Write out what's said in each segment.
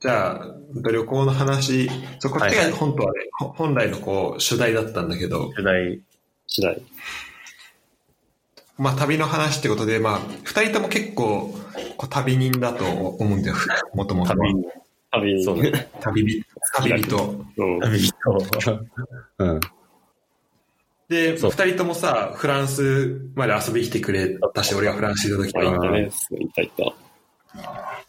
じゃあ、旅行の話、こっちが本当はね、本来のこう、主題だったんだけど。 主題。 まあ、旅の話ってことで、まあ、二人とも結構、こう旅人だと思うんだよ、もともとは。 そうね。 旅人。 うん。 で、二人ともさ、フランスまで遊びに来てくれたし、俺がフランスにいた時は。行った。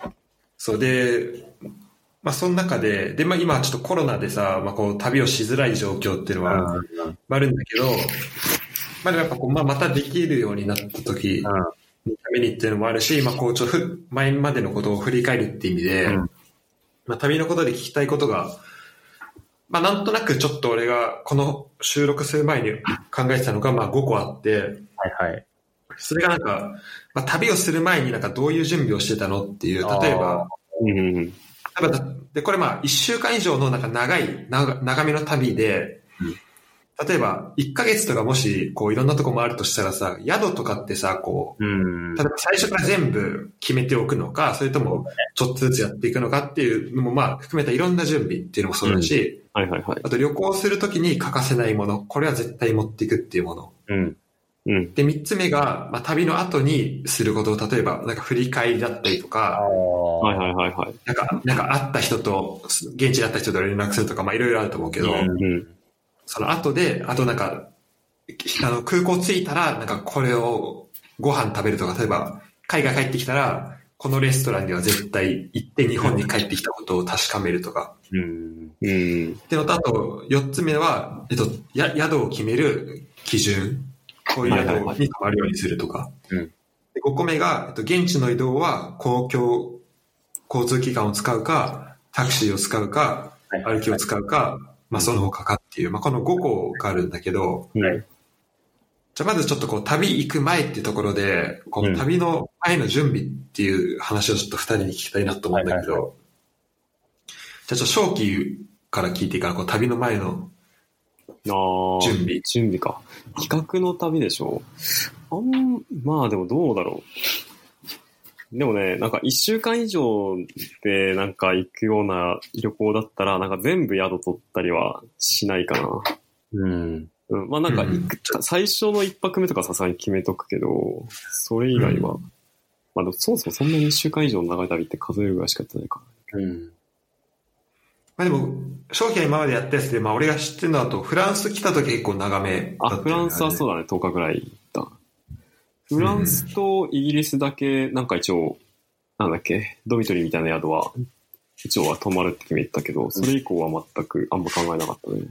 そうで、まあ、その中で、まあ、今ちょっとコロナでさ、まあ、こう、旅をしづらい状況っていうのは、あるんだけど、まあ、でもやっぱこう、まあ、またできるようになった時のためにっていうのもあるし、まあ、こう、ちょっと前までのことを振り返るっていう意味で、まあ、旅のことで聞きたいことが、まあ、なんとなくちょっと俺がこの収録する前に考えてたのが、まあ、5個あって、それがなんか、まあ、旅をする前になんかどういう準備をしてたのっていう、例えば、で、これまあ、1週間以上のなんか長めの旅で、例えば、1ヶ月とかもし、こう、いろんなとこもあるとしたらさ、宿とかってさ、こう、例えば最初から全部決めておくのか、それとも、ちょっとずつやっていくのかっていうのも、まあ、含めたいろんな準備っていうのもそうだし、あと旅行するときに欠かせないもの、これは絶対持っていくっていうもの。で、3つ目が、まあ、旅の後にすることを、例えば、なんか振り返りだったりとか、なんか会った人と、現地で会った人と連絡するとか、まあ、いろいろあると思うけど、その後で、あとなんか、空港着いたら、なんかこれをご飯食べるとか、例えば、海外帰ってきたら、このレストランには絶対行って日本に帰ってきたことを確かめるとか。っていうのと、あと、4つ目は、宿を決める基準。こういう宿に泊まるようにするとか。で5個目が、現地の移動は公共交通機関を使うか、タクシーを使うか、歩きを使うか、まあその他かっていう、まあこの5個があるんだけど、じゃあまずちょっとこう旅行く前っていうところで、この旅の前の準備っていう話をちょっと2人に聞きたいなと思うんだけど、じゃあちょっと正気から聞いていいかな、こう旅の前の準備か。企画の旅でしょ。まあでもどうだろう。でもね、なんか1週間以上でなんか行くような旅行だったら、なんか全部宿取ったりはしないかな。まあなんか最初の1泊目とかさすがに決めとくけど、それ以外は、まあでもそもそもそんなに1週間以上の長い旅って数えるぐらいしかやってないから。 まあでも、正気が今までやったやつで、まあ俺が知ってるのだと、フランス来た時結構長めだった、 フランスはそうだね、10日ぐらいだ。フランスとイギリスだけ、なんか一応、なんだっけ、ドミトリーみたいな宿は、一応は泊まるって決めてたけど、それ以降は全くあんま考えなかったね。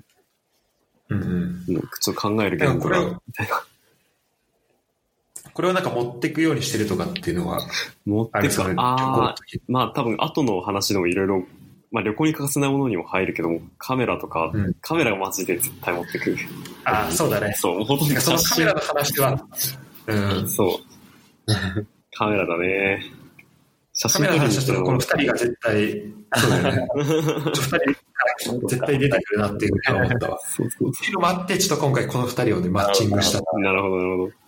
ちょっと考える言語が、みたいな。 これをなんか持っていくようにしてるとかっていうのは、 持っていくまあ多分後の話でもいろいろ、まあ旅行に欠かせないものにも入るけども、カメラとか、カメラがマジで絶対持ってくる。 そうだね。 そう、ほとんどそのカメラの話は、 そう。カメラだね。 カメラの話はちょっとこの二人が絶対、そうだよね。二人絶対出てくるなっていうふうに思ったわ。そういうのもあって、ちょっと今回この二人をね、マッチングした。 なるほど、なるほど。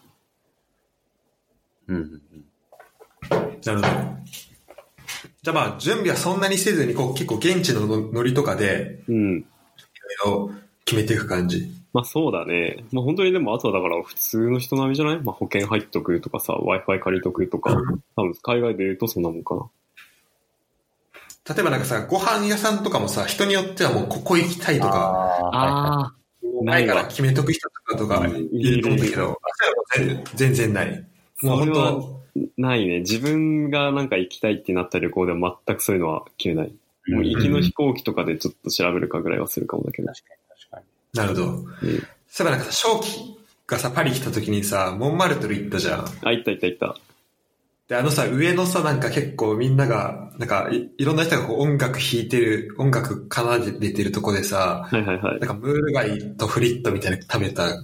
なるほど。じゃあまあ、準備はそんなにせずに、こう結構現地のノリとかで、決めていく感じ。 まあそうだね。まあ本当にでもあとはだから普通の人並みじゃない？まあ保険入っとくとかさ、Wi-Fi 借りとくとか、多分海外で言うとそんなもんかな。 例えばなんかさ、ご飯屋さんとかもさ、人によってはもうここ行きたいとか、前から決めとく人とかいると思うんだけど、全然ない。 もう本当ないね。自分がなんか行きたいってなった旅行では全くそういうのは決めない。もう行きの飛行機とかでちょっと調べるかぐらいはするかもだけど。確かに。なるほど。そういえばなんかさ、正気がさ、パリ来た時にさ、モンマルトル行ったじゃん。 行った。 で、さ、上のさ、なんか結構みんなが、なんかいろんな人がこう音楽弾いてる、音楽奏でてるとこでさ、なんかムール貝とフリットみたいな食べた。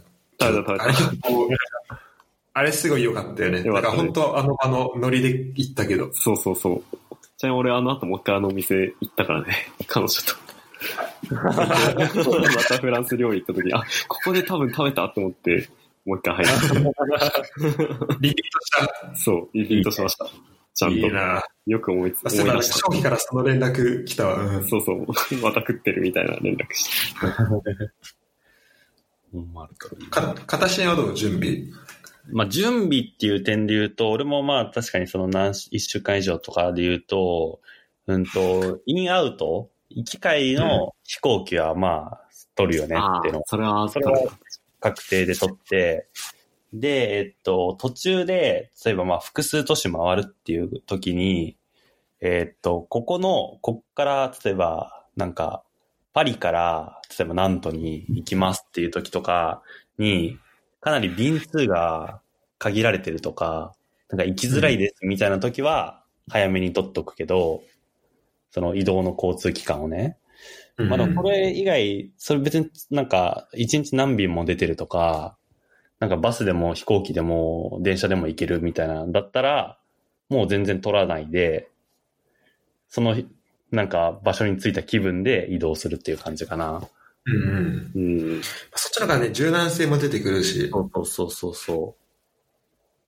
あれすごい良かったよね。だから本当ノリで行ったけど。 そう。ちなみに俺後もう一回店行ったからね。彼女と。またフランス料理行った時に、ここで多分食べたと思って、もう一回入った。 リピートした。 そう、リピートしました。 ちゃんと。 いいな。 よく思い出そういえば、正気からその連絡来たわ。うん、 そうそう。また食ってるみたいな連絡して。 片新はどう準備？ まあ、準備っていう点で言うと、俺もまあ確かにその1週間以上とかで言うと、インアウト、行き帰りの飛行機はまあ、取るよねっていうの。 それは確定で取って、で、途中で、例えばまあ複数都市回るっていう時に、こっから、例えば、なんか、パリから、例えばナントに行きますっていう時とかに、かなり便数が限られてるとか、なんか行きづらいですみたいな時は、早めに取っとくけど、その移動の交通機関をね。まあ、これ以外、それ別になんか、一日何便も出てるとか、なんかバスでも飛行機でも電車でも行けるみたいな、だったら、もう全然取らないで、その、なんか場所に着いた気分で移動するっていう感じかな。 そっちの方がね、柔軟性も出てくるし。 そう。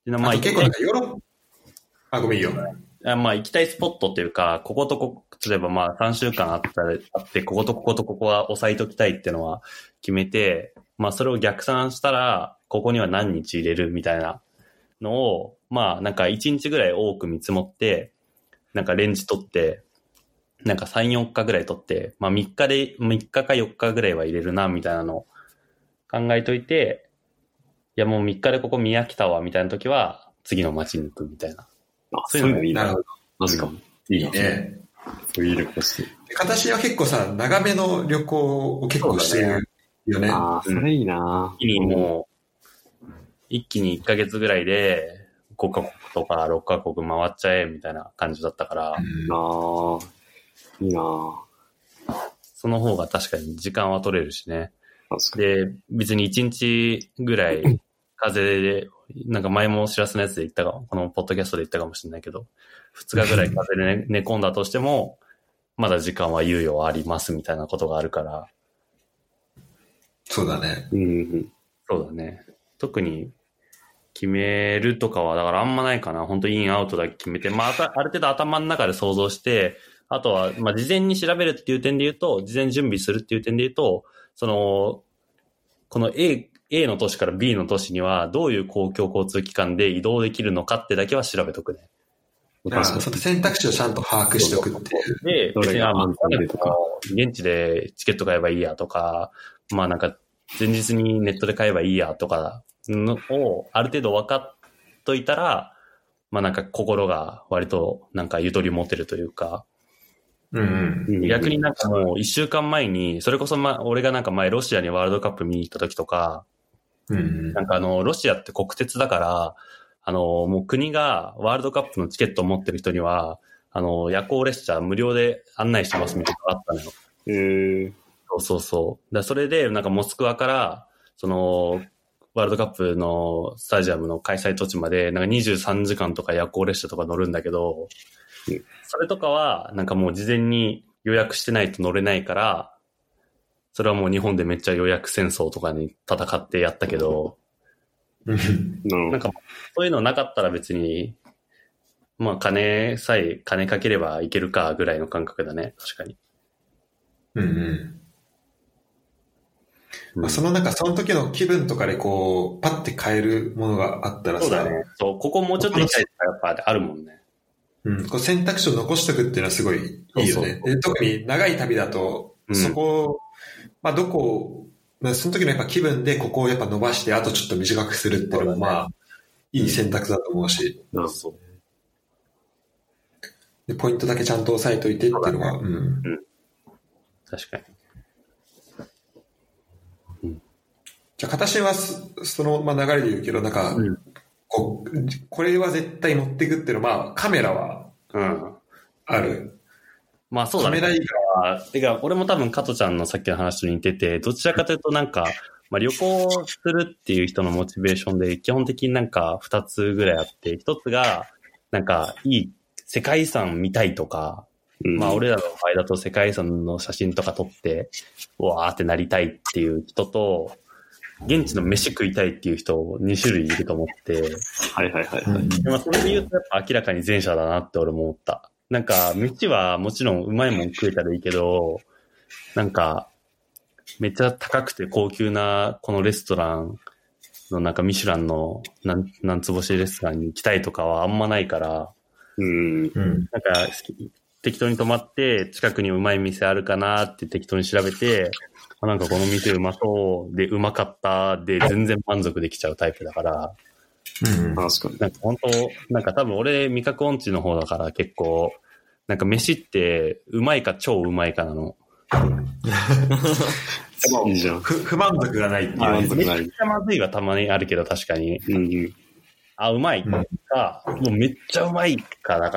まあ、結構なんかヨーロッパ、ごめんよ。 まあ行きたいスポットっていうか、こことここ、例えばまあ3週間あって、こことこことここは押さえときたいっていうのは決めて、まあそれを逆算したら、ここには何日入れるみたいなのを、まあなんか1日ぐらい多く見積もって、なんかレンジ取って、なんか3、4日ぐらい取って、まあ3日か4日ぐらいは入れるな、みたいなのを考えといて、いやもう3日でここ見飽きたわ、みたいな時は、次の街に行くみたいな。 そういうのいいな。確かに。 いいね。 そういう旅行して。 形は結構さ、長めの旅行を結構してるよね。 それいいな。 一気に1ヶ月ぐらいで、5カ国とか6カ国回っちゃえ、みたいな感じだったから。 いいな。 その方が確かに時間は取れるしね。で、別に1日ぐらい、風邪で、なんか前も知らせのやつで言ったか、このポッドキャストで言ったかもしれないけど、2日ぐらい風邪で寝込んだとしても、まだ時間は猶予ありますみたいなことがあるから。 そうだね。 そうだね。特に決めるとかは、だからあんまないかな。本当インアウトだけ決めて、まあ、ある程度頭の中で想像して、あとは、まあ、事前に調べるっていう点で言うと、事前準備するっていう点で言うと、この A の都市から B の都市にはどういう公共交通機関で移動できるのかってだけは調べとくね。 その選択肢をちゃんと把握しておくっていう。 で、別に現地でチケット買えばいいやとか、まあなんか前日にネットで買えばいいやとかのをある程度分かっといたら、まあなんか心が割となんかゆとり持てるというか、逆になんかもう一週間前に、それこそ俺がなんか前ロシアにワールドカップ見に行った時とか、なんかロシアって国鉄だから、もう国がワールドカップのチケットを持ってる人には、夜行列車無料で案内してますみたいなのがあったのよ。そう。それで、なんかモスクワから、ワールドカップのスタジアムの開催土地まで、なんか23時間とか夜行列車とか乗るんだけど、それとかは、なんかもう事前に予約してないと乗れないから、それはもう日本でめっちゃ予約戦争とかに戦ってやったけど、なんかそういうのなかったら別に、まあ金かければいけるかぐらいの感覚だね、確かに。 まあ、その時の気分とかでこう、パッて変えるものがあったらさ。 そうだね。そう、ここもうちょっと行きたいとかやっぱあるもんね。 こう選択肢を残しとくっていうのはすごいいいよね。で特に長い旅だと、そこ、まあその時のやっぱ気分でここをやっぱ伸ばして、あとちょっと短くするっていうのもまあ、いい選択だと思うし。でポイントだけちゃんと押さえといてっていうのは、 確かに。 じゃあ、形はその流れで言うけど、なんか、これは絶対持っていくっていうのは、まあ、カメラは、ある。 まあそうだね。カメラ以外は、てか、俺も多分加トちゃんのさっきの話と似てて、どちらかというとなんか、まあ旅行するっていう人のモチベーションで、基本的になんか2つぐらいあって、1つが、なんか、いい世界遺産見たいとか、まあ俺らの場合だと世界遺産の写真とか撮って、わーってなりたいっていう人と、 現地の飯食いたいっていう人2種類いると思って、 はいはいはいはい。 まあそれで言うとやっぱ明らかに前者だなって俺も思った。なんか、飯はもちろんうまいもん食えたらいいけど、なんか、めっちゃ高くて高級なこのレストランのなんかミシュランの何つ星レストランに行きたいとかはあんまないから、なんか適当に泊まって近くにうまい店あるかなって適当に調べて、なんかこの店うまそうでうまかったで全然満足できちゃうタイプだから、 確かに。 なんか本当なんか多分俺味覚音痴の方だから結構なんか飯ってうまいか超うまいかなの。 いいじゃん。 不満足がないっていう。 めっちゃまずいはたまにあるけど確かに。あ、うまいか、もうめっちゃうまいかだから。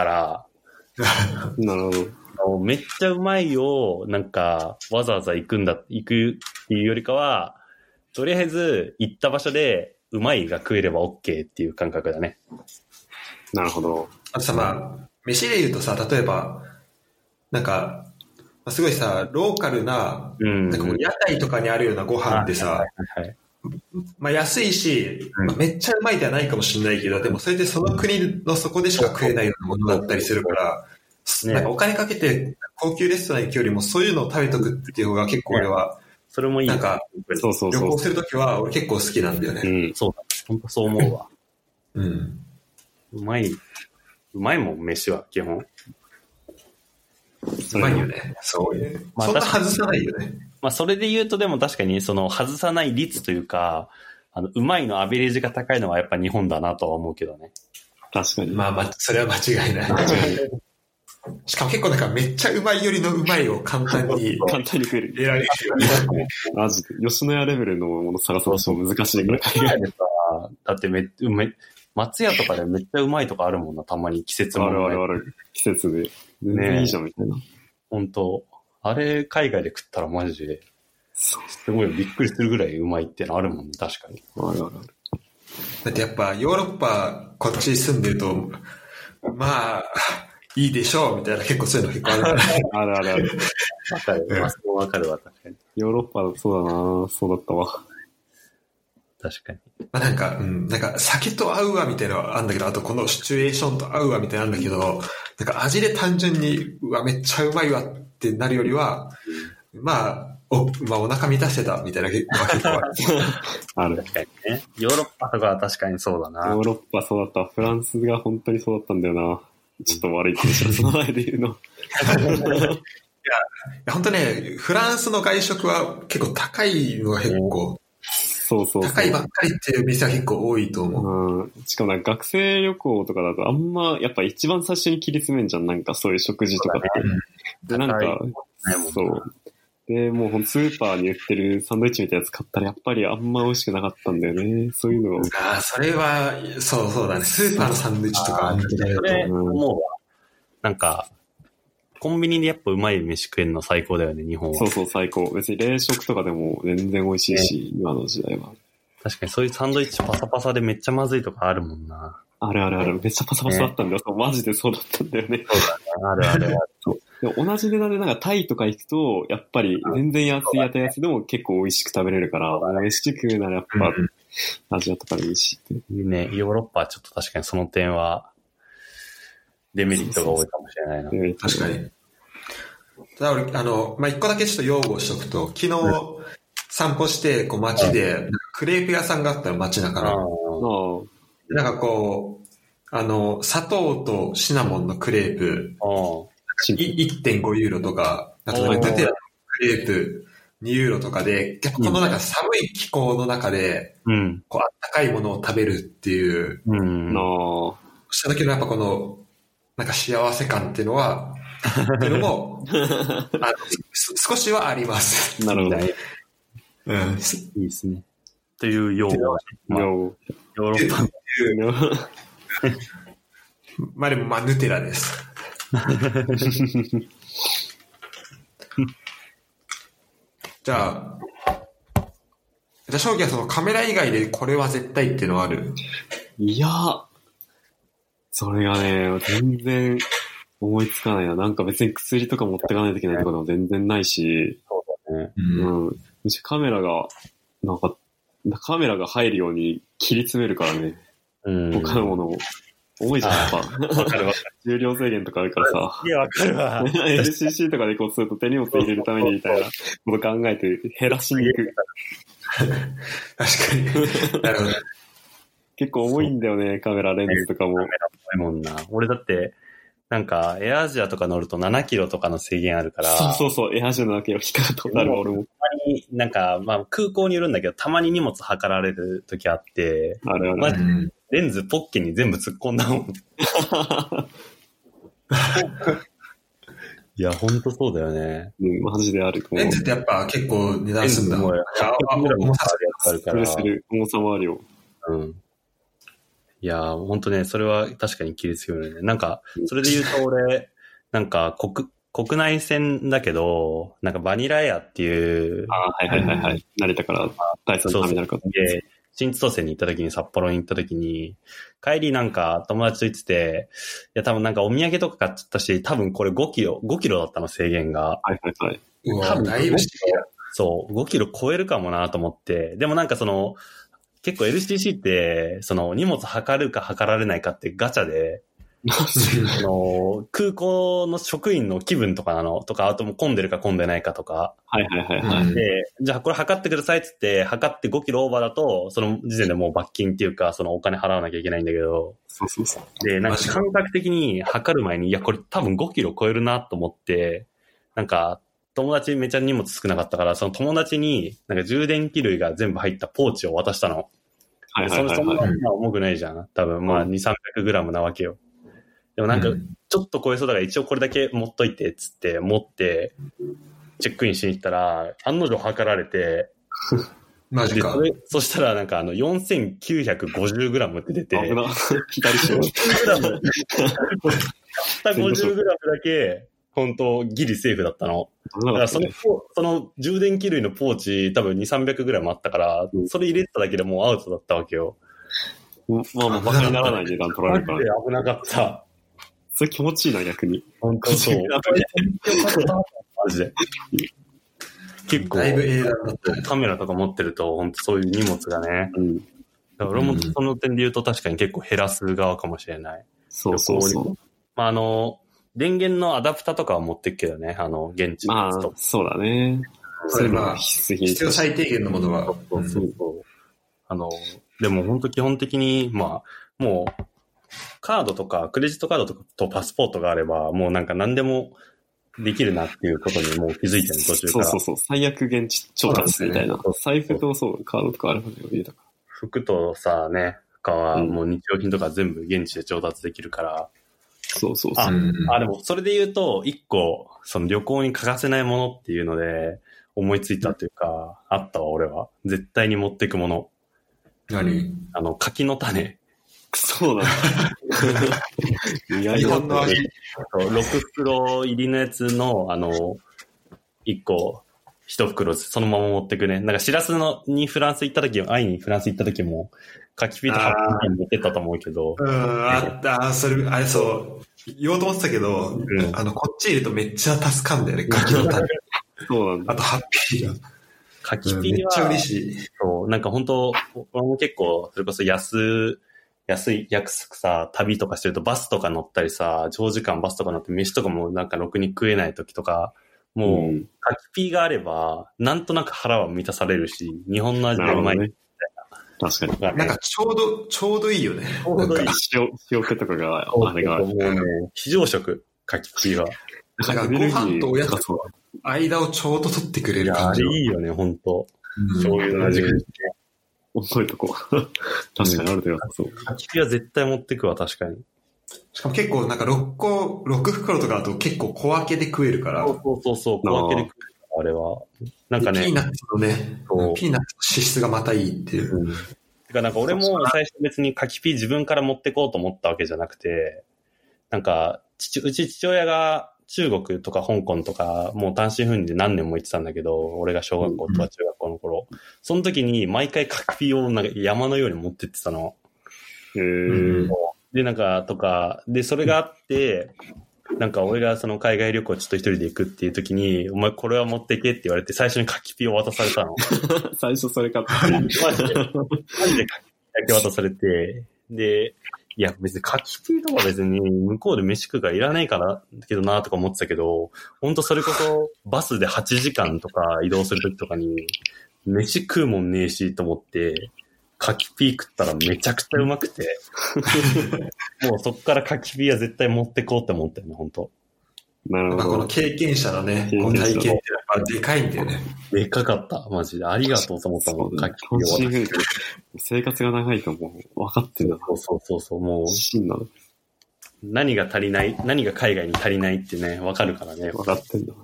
なるほど。めっちゃうまいを、なんか、わざわざ行くっていうよりかは、とりあえず行った場所でうまいが食えれば OK っていう感覚だね。 なるほど。 あとさ、まあ、飯で言うとさ、例えば、なんか、すごいさ、ローカルな、なんかこう屋台とかにあるようなご飯ってさ、まあ安いし、まあ、めっちゃうまいではないかもしれないけど、でもそれでその国のそこでしか食えないようなものだったりするから、なんかお金かけて高級レストラン行くよりもそういうのを食べとくっていう方が結構俺は、 それもいい。 なんか、旅行するときは俺結構好きなんだよね。 そうだ。本当そう思うわ。うまいもん、飯は、基本。 うまいよね。そういう。まあ、そんな外さないよね。 まあ、それで言うとでも確かに、その、外さない率というか、うまいのアベレージが高いのはやっぱ日本だなとは思うけどね。 確かに。 まあ、それは間違いない。しかも結構なんかめっちゃうまいよりのうまいを簡単に食える。 得られるよね。 マジで。吉野家レベルのもの探すのも難しいぐらい。 だって松屋とかでめっちゃうまいとかあるもんな、たまに季節も。 ある。季節で。全然いいじゃん、みたいな。 本当あれ、海外で食ったらマジで、すごいびっくりするぐらいうまいってのあるもんね、確かに。 ある。 だってやっぱヨーロッパこっち住んでると、まあ、いいでしょうみたいな結構そういうの結構あるから。 ある。 わかる。まあ、そうわかるわ、確かに。 ヨーロッパ、そうだな、そうだったわ。 確かに。 まあなんか酒と合うわみたいなのはあるんだけど、あとこのシチュエーションと合うわみたいなのあるんだけど、なんか味で単純に、うわ、めっちゃうまいわってなるよりは、まあお腹満たしてたみたいな結構ある。 ある。 確かにね。ヨーロッパとかは確かにそうだな。 ヨーロッパそうだった。フランスが本当にそうだったんだよな。ちょっと悪い気がします。その前で言うの。 いや、本当ね、フランスの外食は結構高いのが結構、 そう高いばっかりっていう店は結構多いと思う。しかもなんか学生旅行とかだとあんま、やっぱ一番最初に切り詰めんじゃん。なんかそういう食事とかって。で、なんか、そう。で、もうスーパーに売ってるサンドイッチみたいなやつ買ったらやっぱりあんま美味しくなかったんだよね。そういうのを。 ああ、それは、そうだね。スーパーのサンドイッチとかそれ思うわ。なんか、コンビニでやっぱうまい飯食えるの最高だよね、日本は。 そう、最高。別に冷食とかでも全然美味しいし、今の時代は。 確かにそういうサンドイッチパサパサでめっちゃまずいとかあるもんな。 ある。めっちゃパサパサだったんだよ。そう、マジでそうだったんだよね。 そうだね。ある。 でも同じ値段でなんかタイとか行くと、やっぱり全然安いやつでも結構美味しく食べれるから、飯食うならやっぱ、アジアとかでいいしって。 いいね。ヨーロッパはちょっと確かにその点は、デメリットが多いかもしれないな。 確かに。ただ俺、まあ、一個だけちょっと擁護しとくと、昨日散歩して、こう街で、クレープ屋さんがあったの、街中の。なんかこう、砂糖とシナモンのクレープ、1.5 ユーロとか、あとなんかヌテラのクレープ2ユーロとかで、結構このなんか寒い気候の中で、こうあったかいものを食べるっていう、した時のやっぱこの、なんか幸せ感っていうのは、っていうのも、少しはあります。 なるほど。 いいですね。という用語。ヨーロッパ。 まあでも、ヌテラです。じゃあ、正気はそのカメラ以外でこれは絶対っていうのはある？ いや、それがね、全然思いつかないな。なんか別に薬とか持ってかないといけないとかでも全然ないし、 そうだね。 カメラが、なんか、 カメラが入るように切り詰めるからね。他のものを。重いじゃん、やっぱ。 わかるわかる。 重量制限とかあるからさ。 いや、わかるわ。 LCC とかでこうすると手荷物入れるためにみたいなこと考えて減らしに行く。 確かに。なるほど。 結構重いんだよね、カメラレンズとかも。 カメラ重いもんな。俺だって、なんか、エアアジアとか乗ると7キロとかの制限あるから。 そう、エアアジアのだけを引っかかったことあるわ、俺も。 たまに、なんか、まあ空港によるんだけど、たまに荷物測られる時あって、 あれはマジでレンズポッケに全部突っ込んだもん。いや、ほんとそうだよね。 マジである。 レンズってやっぱ結構値段するんだ。 もう800グラムあるから。 重さもあるよ。 うん。いやー、ほんとね、それは確かに切りつけるよね。なんか、それで言うと俺、なんか国内線だけど、なんかバニラエアっていう。 はい。成田から第3ターミナルか。 で、新千歳に行った時に、札幌に行った時に、帰りなんか友達と行ってて、いや多分なんかお土産とか買っちゃったし、多分これ5キロだったの制限が。 はい。 多分だいぶそう、5キロ超えるかもなと思って、でもなんか結構 LCC って、荷物測るか測られないかってガチャで、空港の職員の気分とかとか、あとも混んでるか混んでないかとか。 はい。 で、じゃあこれ測ってくださいって言って、測って5キロオーバーだと、その時点でもう罰金っていうか、お金払わなきゃいけないんだけど。 そう。 で、なんか感覚的に測る前に、いや、これ多分5キロ超えるなと思って、なんか、友達めちゃ荷物少なかったから、その友達に、なんか充電器類が全部入ったポーチを渡したの。 はい。 そんな重くないじゃん。多分まあ2、300グラムなわけよ。でもなんか、ちょっと超えそうだから一応これだけ持っといて、つって持って、チェックインしに行ったら、案の定測られて、 マジか。 そしたらなんか4950グラムって出て、 危な。左手。 50グラムだけ、本当ギリセーフだったの。だからその充電器類のポーチ多分2、300グラムあったから、それ入れてただけでもうアウトだったわけよ。 まあもうバカにならない値段取られるから。 危なかった。 それ気持ちいいな、逆に。 本当そう。マジで。結構、カメラとか持ってると、本当そういう荷物がね。だから俺もその点で言うと確かに結構減らす側かもしれない。 そう。 まあ電源のアダプタとかは持ってくけどね、現地のやつと。 まあ、そうだね。 それは必要最低限のものは。 そう。でも本当基本的に、まあ、もう、カードとか、クレジットカードとパスポートがあれば、もうなんか何でもできるなっていうことにもう気づいてる途中から。 そう。最悪現地調達みたいな。財布とカードとかあれば余裕だから。 服とさ、ね、他はもう日用品とか全部現地で調達できるから。 そう。 でもそれで言うと、一個、旅行に欠かせないものっていうので、思いついたっていうか、あったわ、俺は。絶対に持っていくもの。 何？ 柿の種。 そうなんだ。 日本の味。 6袋入りのやつの、1個、1袋そのまま持ってくね。なんか、しらすにフランス行った時、会いにフランス行った時も、柿ピーとハッピー持ってったと思うけど。 あった、それ、あれそう、言おうと思ってたけど、こっちいるとめっちゃ助かんだよね、柿の種。 そうなんだ。 あと、ハッピーが。 柿ピーは、 めっちゃ嬉しい。 そう、なんか本当俺も結構、それこそ安いさ、旅とかしてるとバスとか乗ったりさ、長時間バスとか乗って飯とかもなんかろくに食えない時とか、もう、柿ピーがあれば、なんとなく腹は満たされるし、日本の味がうまいみたいな。確かに。 なんかちょうどいいよね。 ちょうどいい。 塩気とかが、あれが。 もうね、非常食、柿ピーは。 なんかご飯とおやつの間をちょうど取ってくれる感じ。 あれいいよね、ほんと。醤油の味がして。 覚えとこう。確かにあるとよさそう。 柿ピーは絶対持ってくわ、確かに。 しかも結構なんか6袋とかだと結構小分けで食えるから。 そう、小分けで食えるから、あれは。なんかね。 ピーナッツのね、ピーナッツの脂質がまたいいっていう。 てかなんか俺も最初別に柿ピー自分から持ってこうと思ったわけじゃなくて、なんか、うち父親が中国とか香港とか、もう単身赴任で何年も行ってたんだけど、俺が小学校とか中学校の頃。その時に毎回柿ピーをなんか山のように持ってってたの。で、なんか、とか、で、それがあって、 なんか俺がその海外旅行ちょっと一人で行くっていう時に、お前これは持ってけって言われて最初に柿ピーを渡されたの。 最初それ買った。 マジで柿ピーだけ渡されて、で、いや別に柿ピーとか別に向こうで飯食うからいらないからけどなとか思ってたけど、ほんとそれこそバスで8時間とか移動する時とかに、飯食うもんねえしと思って、柿ピー食ったらめちゃくちゃうまくて、もうそっから柿ピーは絶対持ってこうって思ったよね、ほんと。 なるほど。 この経験者のね、この体験ってやっぱでかいんだよね。 でかかった、マジで。ありがとうと思ったもん、柿ピーを渡して。 生活が長いともう分かってんだ。 そう、もう。 真なの。 何が足りない、何が海外に足りないってね、分かるからね。 分かってんだ。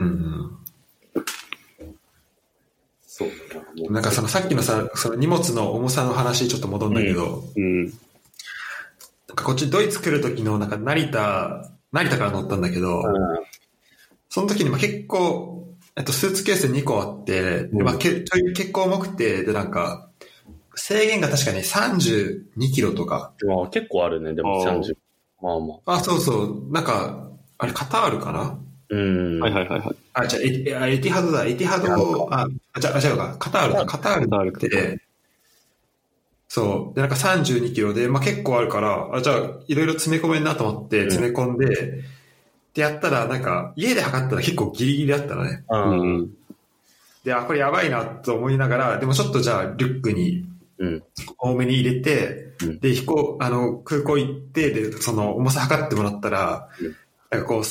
そうだなんかそのさっきのさ、その荷物の重さの話ちょっと戻るんだけど、なんかこっちドイツ来る時のなんか成田から乗ったんだけど、その時に結構、スーツケース2個あって、結構重くて、でなんか、制限が確かに32キロとか。 まあ結構あるね、でも30。まあまあ。 あ、そうそう。なんか、あれカタールかな？ はい。 あ、じゃあ、エティハドだ。エティハド、違うか。カタールって、そう。で、なんか32キロで、まあ結構あるから、じゃあ、いろいろ詰め込めんなと思って、詰め込んで、で、やったら、なんか、家で測ったら結構ギリギリだったのね。で、これやばいなと思いながら、でもちょっとじゃあ、リュックに、多めに入れて、で、空港行って、で、その重さ測ってもらったら、なんかこう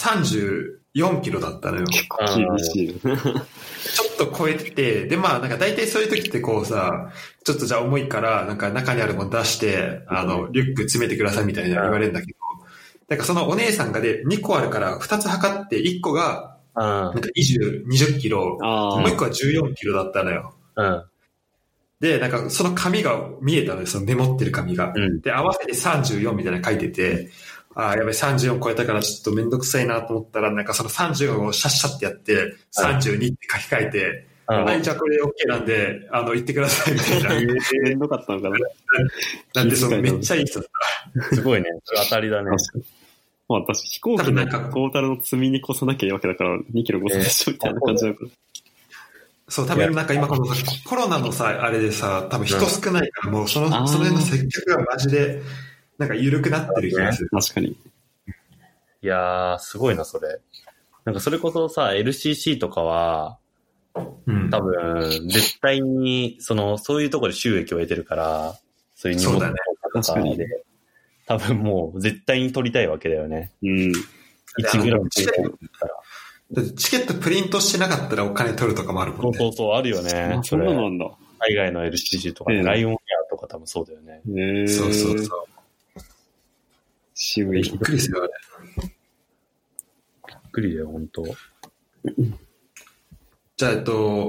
34キロだったのよ。 結構厳しい。 ちょっと超えてて、で、まあなんか大体そういう時ってこうさ、ちょっとじゃあ重いから、なんか中にあるもの出して、リュック詰めてくださいみたいな言われるんだけど、なんかそのお姉さんがで2個あるから2つ測って1個が、なんか20キロ、もう1個は14キロだったのよ。で、なんかその紙が見えたのよ、そのメモってる紙が。で、合わせて34みたいなの書いてて、やばい34超えたからちょっとめんどくさいなと思ったら、なんかその34をシャッシャってやって、32って書き換えて、はい、じゃあこれ OK なんで、言ってくださいみたいな。 めんどかったのかな。 なんでそのめっちゃいい人だった。 すごいね。当たりだね。 まあ私飛行機のトータルの積みに越さなきゃいいわけだから2キロ5センでしょみたいな感じだから。 そう、多分なんか今このコロナのさ、あれでさ、多分人少ないからもうその辺の接客がマジで、なんか緩くなってる気がする。 確かに。 いやー、すごいな、それ。なんかそれこそさ、LCC とかは、多分、絶対に、そういうところで収益を得てるから、そういう荷物とかで、多分もう絶対に取りたいわけだよね。1グラム取りたいから。 チケットプリントしてなかったらお金取るとかもあるもんね。 そう、あるよね。 そんなのなんだ。 海外の LCC とか、ライオンエアとか多分そうだよね。 そう。 渋い。 びっくりするよね。 びっくりだよ、ほんと。 じゃあ、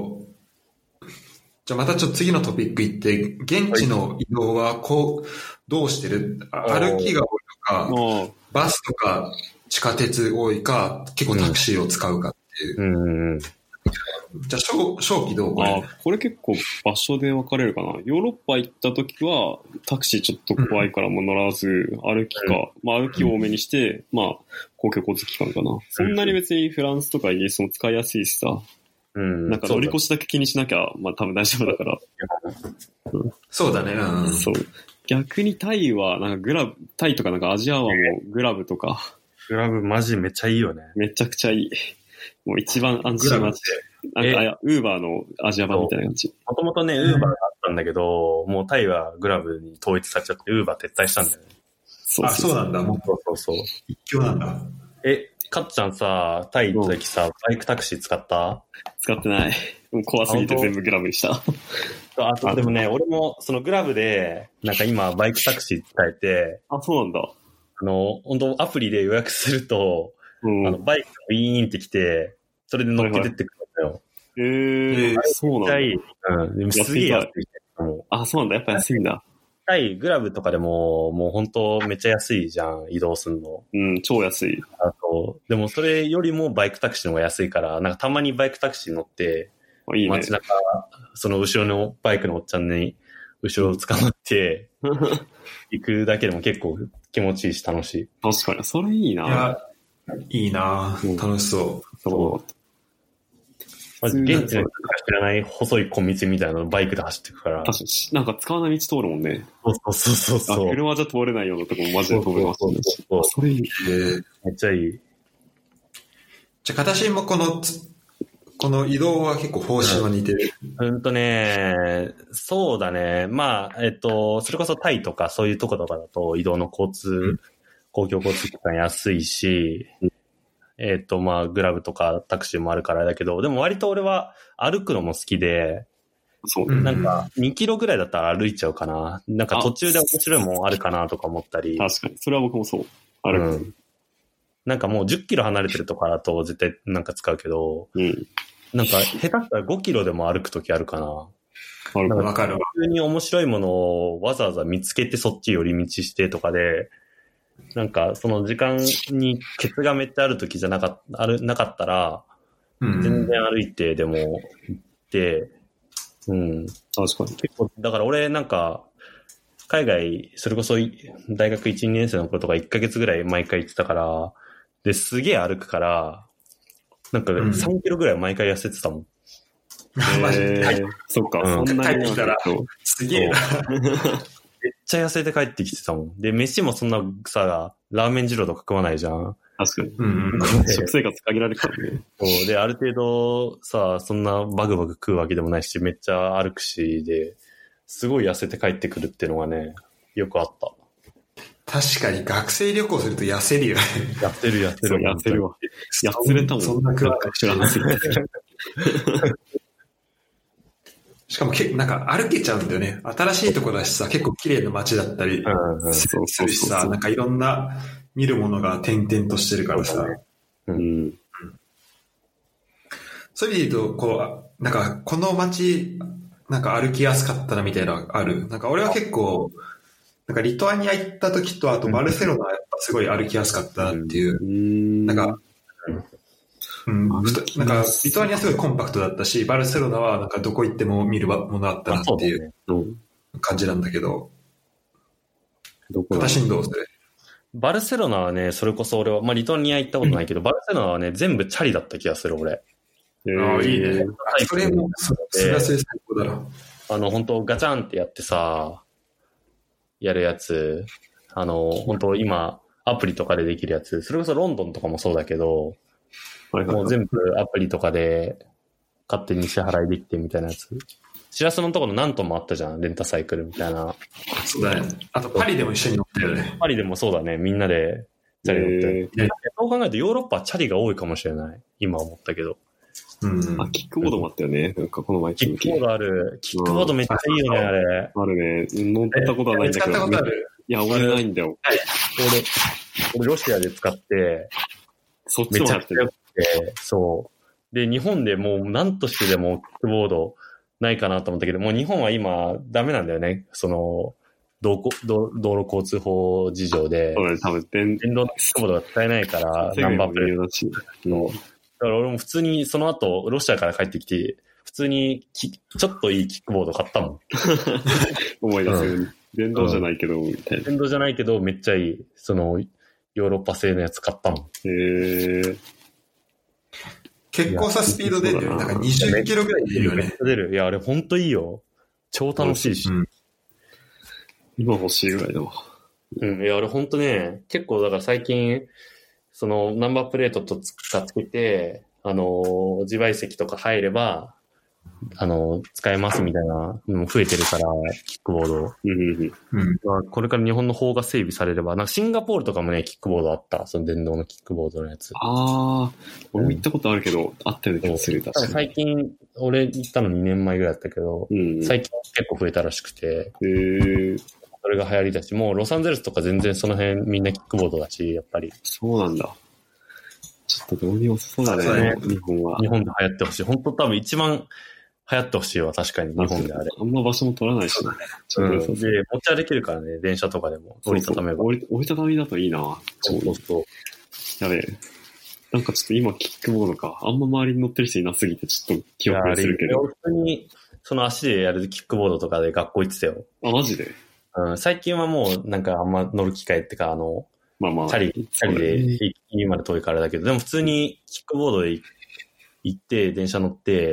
またちょっと次のトピック行って、現地の移動はどうしてる？歩きが多いとか、バスとか地下鉄多いか、結構タクシーを使うかっていう。じゃあ、正気どう？ これ結構場所で分かれるかな。ヨーロッパ行った時は、タクシーちょっと怖いからもう乗らず、歩きか。まあ歩きを多めにして、まあ公共交通機関かな。そんなに別にフランスとかイギリスも使いやすいしさ。なんか乗り越しだけ気にしなきゃ、まあ多分大丈夫だから。 そうだね。 そう。逆にタイは、なんかタイとかなんかアジアはもうグラブとか。 グラブマジめっちゃいいよね。 めちゃくちゃいい。もう一番安心マジで。なんか、ウーバーのアジア版みたいな感じ。 もともとね、ウーバーがあったんだけど、もうタイはグラブに統一されちゃって、ウーバー撤退したんだよね。 そうなんだ。 そう。 一強なんだ。 かっちゃんさ、タイ行った時さ、バイクタクシー使った？ 使ってない。もう怖すぎて全部グラブにした。 でもね、俺もそのグラブで、なんか今バイクタクシー使えて、 そうなんだ。 本当アプリで予約すると、バイクがビーンってきて、それで乗っけてってくるんだよ。 そうなんだ。 でもすげえ安い。 そうなんだ。やっぱ安いんだ。 タイ、グラブとかでも、もう本当めっちゃ安いじゃん、移動すんの。 超安い。 でもそれよりもバイクタクシーの方が安いから、なんかたまにバイクタクシー乗って、 いいね、 街中、その後ろのバイクのおっちゃんに、後ろを捕まって、行くだけでも結構気持ちいいし楽しい。 確かに、それいいな。 いいなぁ、楽しそう。 そう。 まず現地の人が知らない細い小道みたいなのバイクで走っていくから。 確かに、なんか使わない道通るもんね。 そう。 車じゃ通れないようなとこもマジで通れますね。それいい。 めっちゃいい。 じゃあ、形もこの移動は結構方針は似てる。 そうだね。まあ、それこそタイとかそういうとことかだと移動の公共交通機関安いし、まあ、グラブとかタクシーもあるからだけど、でも割と俺は歩くのも好きで、 そうなんか2キロぐらいだったら歩いちゃうかな。なんか途中で面白いもんあるかなとか思ったり。 確かに。それは僕もそう。歩く。 なんかもう10キロ離れてるとかだと絶対なんか使うけど、なんか下手したら5キロでも歩くときあるかな。 わかるわ。 普通に面白いものをわざわざ見つけてそっち寄り道してとかで、なんかその時間にケツがめっちゃあるときじゃなかったら、全然歩いてでも行って、 確かに。 結構、だから俺なんか、海外、それこそ大学1、2年生の頃とか1ヶ月ぐらい毎回行ってたから、で、すげえ歩くから、なんか3キロぐらい毎回痩せてたもん。 マジで。 そっか、そんなに帰ってきたら、すげえな。 めっちゃ痩せて帰ってきてたもん。で、飯もそんなさ、ラーメン二郎とか食わないじゃん。 確かに。食生活限られるからね。 そうで、ある程度さ、そんなバグバグ食うわけでもないし、めっちゃ歩くしで、すごい痩せて帰ってくるっていうのがね、よくあった。 確かに学生旅行すると痩せるよね。 痩せるわ。 痩せれたもん。 そんな食わない知らなすぎて。 しかもなんか歩けちゃうんだよね。新しいところだしさ、結構綺麗な街だったりするしさ、なんかいろんな見るものが点々としてるからさ。そういう意味で言うと、なんかこの街、なんか歩きやすかったなみたいなのある。なんか俺は結構、なんかリトアニア行った時と、あとバルセロナはやっぱすごい歩きやすかったなっていう。なんか、なんかリトアニアすごいコンパクトだったし、バルセロナはなんかどこ行っても見るものあったなっていう感じなんだけど、私にどうする？ バルセロナはね、それこそ俺は、まあリトアニア行ったことないけど、バルセロナはね、全部チャリだった気がする俺。 ああ、いいね。それも、それはそれ最高だな。 本当ガチャンってやってさ、やるやつ、本当今、アプリとかでできるやつ、それこそロンドンとかもそうだけど、もう全部アプリとかで勝手に支払いできてみたいなやつ。しらすのところ何トンもあったじゃん、レンタサイクルみたいな。 そうだね。あとパリでも一緒に乗ったよね。 パリでもそうだね、みんなでチャリ乗って。そう考えるとヨーロッパはチャリが多いかもしれない。今思ったけど。 キックボードもあったよね。なんかこの前キックボードある。キックボードめっちゃいいよね、あれ。 あるね。乗ったことはないんだけど。 使ったことある？ いや、俺ないんだよ。 俺ロシアで使って、 そっちもやってる。 そう。で、日本でもう何としてでもキックボードないかなと思ったけど、もう日本は今ダメなんだよね。その、道路交通法事情で。 そうだね、多分電動のキックボードが使えないから、ナンバープレートだし。だから俺も普通にその後、ロシアから帰ってきて、普通にちょっといいキックボード買ったもん。 思い出す。電動じゃないけど、みたいな。 電動じゃないけど、めっちゃいい。その、ヨーロッパ製のやつ買ったもん。 結構さ、スピード出るよね。なんか20キロぐらい出るよね。 めっちゃ出る。いや、あれほんといいよ。超楽しいし。 今欲しいぐらいだわ。 いや、あれほんとね、結構だから最近、そのナンバープレートとかつけて、自賠責とか入れば、使えますみたいなのも増えてるから、キックボード。これから日本の法が整備されれば、なんかシンガポールとかもね、キックボードあった。その電動のキックボードのやつ。 俺も行ったことあるけど、あったような気がする。 最近、俺行ったの2年前ぐらいだったけど、最近結構増えたらしくて、それが流行りだし、もうロサンゼルスとか全然その辺みんなキックボードだし、やっぱり。 そうなんだ。ちょっとどうにもそうだね、日本は。 日本で流行ってほしい。本当多分一番流行ってほしいわ、確かに日本であれ。 あんま場所も取らないしね。 で、持ち歩けるからね、電車とかでも。折りたためば。 折りたたみだといいな。 そう。 やべえ。なんかちょっと今キックボードか。あんま周りに乗ってる人いなすぎてちょっと記憶するけど。 普通に、その足でやるキックボードとかで学校行ってたよ。 マジで？ 最近はもうなんかあんま乗る機会ってか、 まあまあ。 チャリで家まで遠いからだけど、でも普通にキックボードで行って、電車乗って、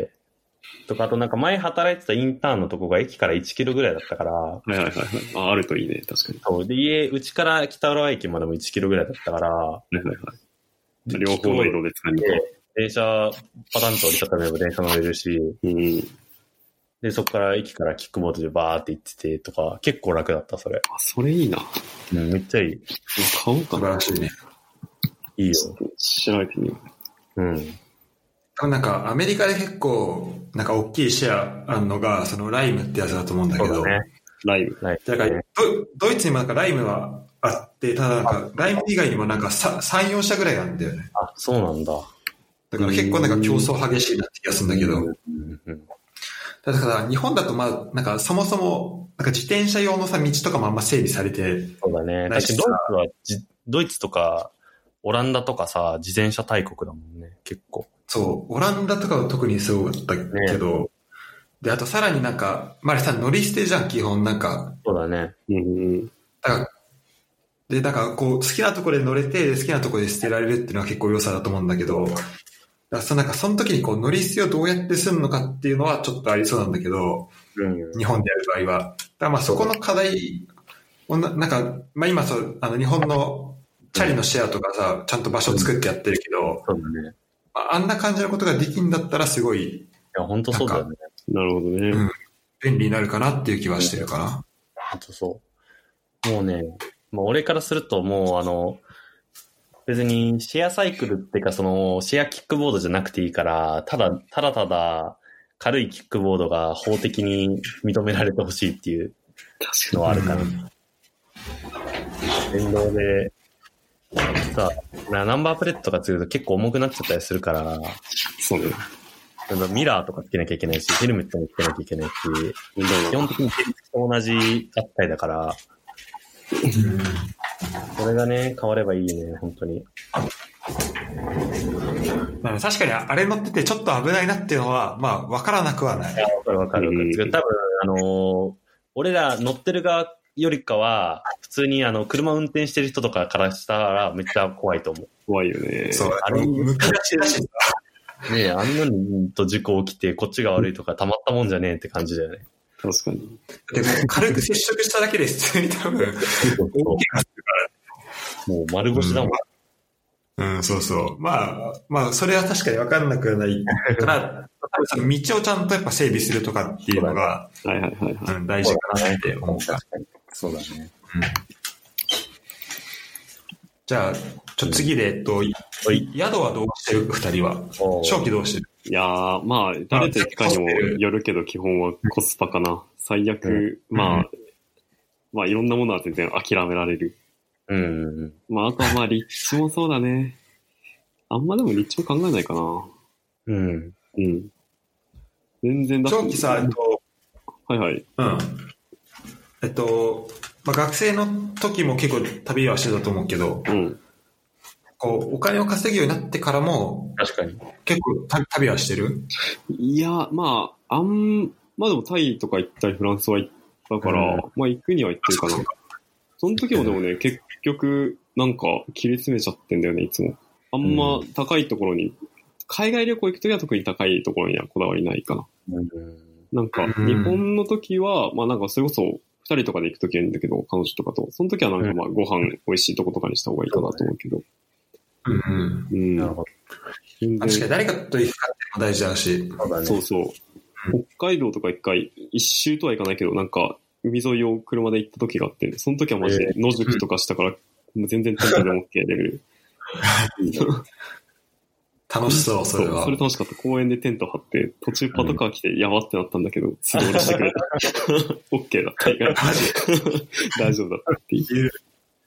とか、あとなんか前働いてたインターンのとこが駅から1キロぐらいだったから。 はいはいはい。あるといいね、確かに。 そう。で、うちから北浦和駅までも1キロぐらいだったから。はいはいはい。 両方の移動で使える。 電車、パタンと折りたためば電車乗れるし。うん。で、そこから駅からキックボードでバーって行っててとか、結構楽だった、それ。 あ、それいいな。 うん、めっちゃいい。 買おうかな。 素晴らしいね。 いいよ。 調べてみよう。うん。 なんかアメリカで結構なんか大きいシェアあるのがそのライムってやつだと思うんだけど、 そうだね、 ライム。 だからドイツにもなんかライムはあって、ただなんかライム以外にもなんか3、4社ぐらいあるんだよね。 あ、そうなんだ。 だから結構なんか競争激しいなって気がするんだけど、だから日本だとまあなんかそもそもなんか自転車用のさ道とかもあんま整備されて、 そうだね。確かにドイツとかオランダとかさ自転車大国だもんね、結構。そう、 オランダとかは特にすごかったけど、ね、で、あとさらになんか、まあ、さ、乗り捨てじゃん、基本なんか。 そうだね。 だから、で、なんかこう、好きなところで乗れて、好きなところで捨てられるっていうのは結構良さだと思うんだけど、だからなんかその時にこう、乗り捨てをどうやってするのかっていうのはちょっとありそうなんだけど、日本でやる場合は。だからまあそこの課題をなんか、まあ今そう、日本のチャリのシェアとかさ、ちゃんと場所作ってやってるけど、 そうだね。 あんな感じのことができんだったらすごい。いや、本当そうだよね。 なるほどね、 便利になるかなっていう気はしてるかな。 本当そう。もうね、まあ、俺からするともう別にシェアサイクルっていうかシェアキックボードじゃなくていいから、ただ軽いキックボードが法的に認められてほしいっていうのはあるから。電動で、さ、ナンバープレートとかつけると結構重くなっちゃったりするから、 そうね。 ミラーとかつけなきゃいけないし、ヘルメットもつけなきゃいけないし、基本的に原付と同じ扱いだから、これがね、変わればいいね、本当に。 確かにあれ乗っててちょっと危ないなっていうのは、まあ、わからなくはない。 わかる。多分、俺ら乗ってる側よりかは、普通に車運転してる人とかからしたらめっちゃ怖いと思う。 怖いよね。 そう、あれ、むき出しだしさ。 ねえ、あんなにと事故起きて、こっちが悪いとかたまったもんじゃねえって感じだよね。 確かに。 でも、軽く接触しただけで普通に多分、大怪我するから。もう丸腰だもん。そうそう。まあ、それは確かに分かんなくはないから、多分その道をちゃんとやっぱ整備するとかっていうのが、大事かなって思った。 そうだね。 じゃあ、次で、宿はどうしてる二人は。正気どうしてる？ いやー、まあ、誰と行くかにもよるけど、基本はコスパかな。最悪、まあ、いろんなものは全然諦められる。まあ、あとはまあ、立地もそうだね。あんまでも立地も考えないかな。全然だって。 正気さ、 はいはい。 まあ、学生の時も結構旅はしてたと思うけど、こう、お金を稼ぐようになってからも、 確かに。 結構旅はしてる？ いや、まあ、まあでもタイとか行ったりフランスは行ったから、まあ行くには行ってるかな。その時もでもね、結局、なんか切り詰めちゃってんだよね、いつも。あんま高いところに、海外旅行行くときは特に高いところにはこだわりないかな。なんか、日本の時は、まあなんかそれこそ、二人とかで行くときはいいんだけど、彼女とかと。その時はなんかまあご飯美味しいとことかにした方がいいかなと思うけど。 なるほど。確かに誰かと行くかっても大事だし。 そうそう。北海道とか一回、一周とはいかないけど、なんか、海沿いを車で行った時があって、その時はマジで野宿とかしたから、全然テントでも OK レベル。 楽しそう、それは。 それ楽しかった。公園でテント張って、途中パトカー来てやばってなったんだけど、素通りしてくれた。OK だった意外と。大丈夫だったっていう。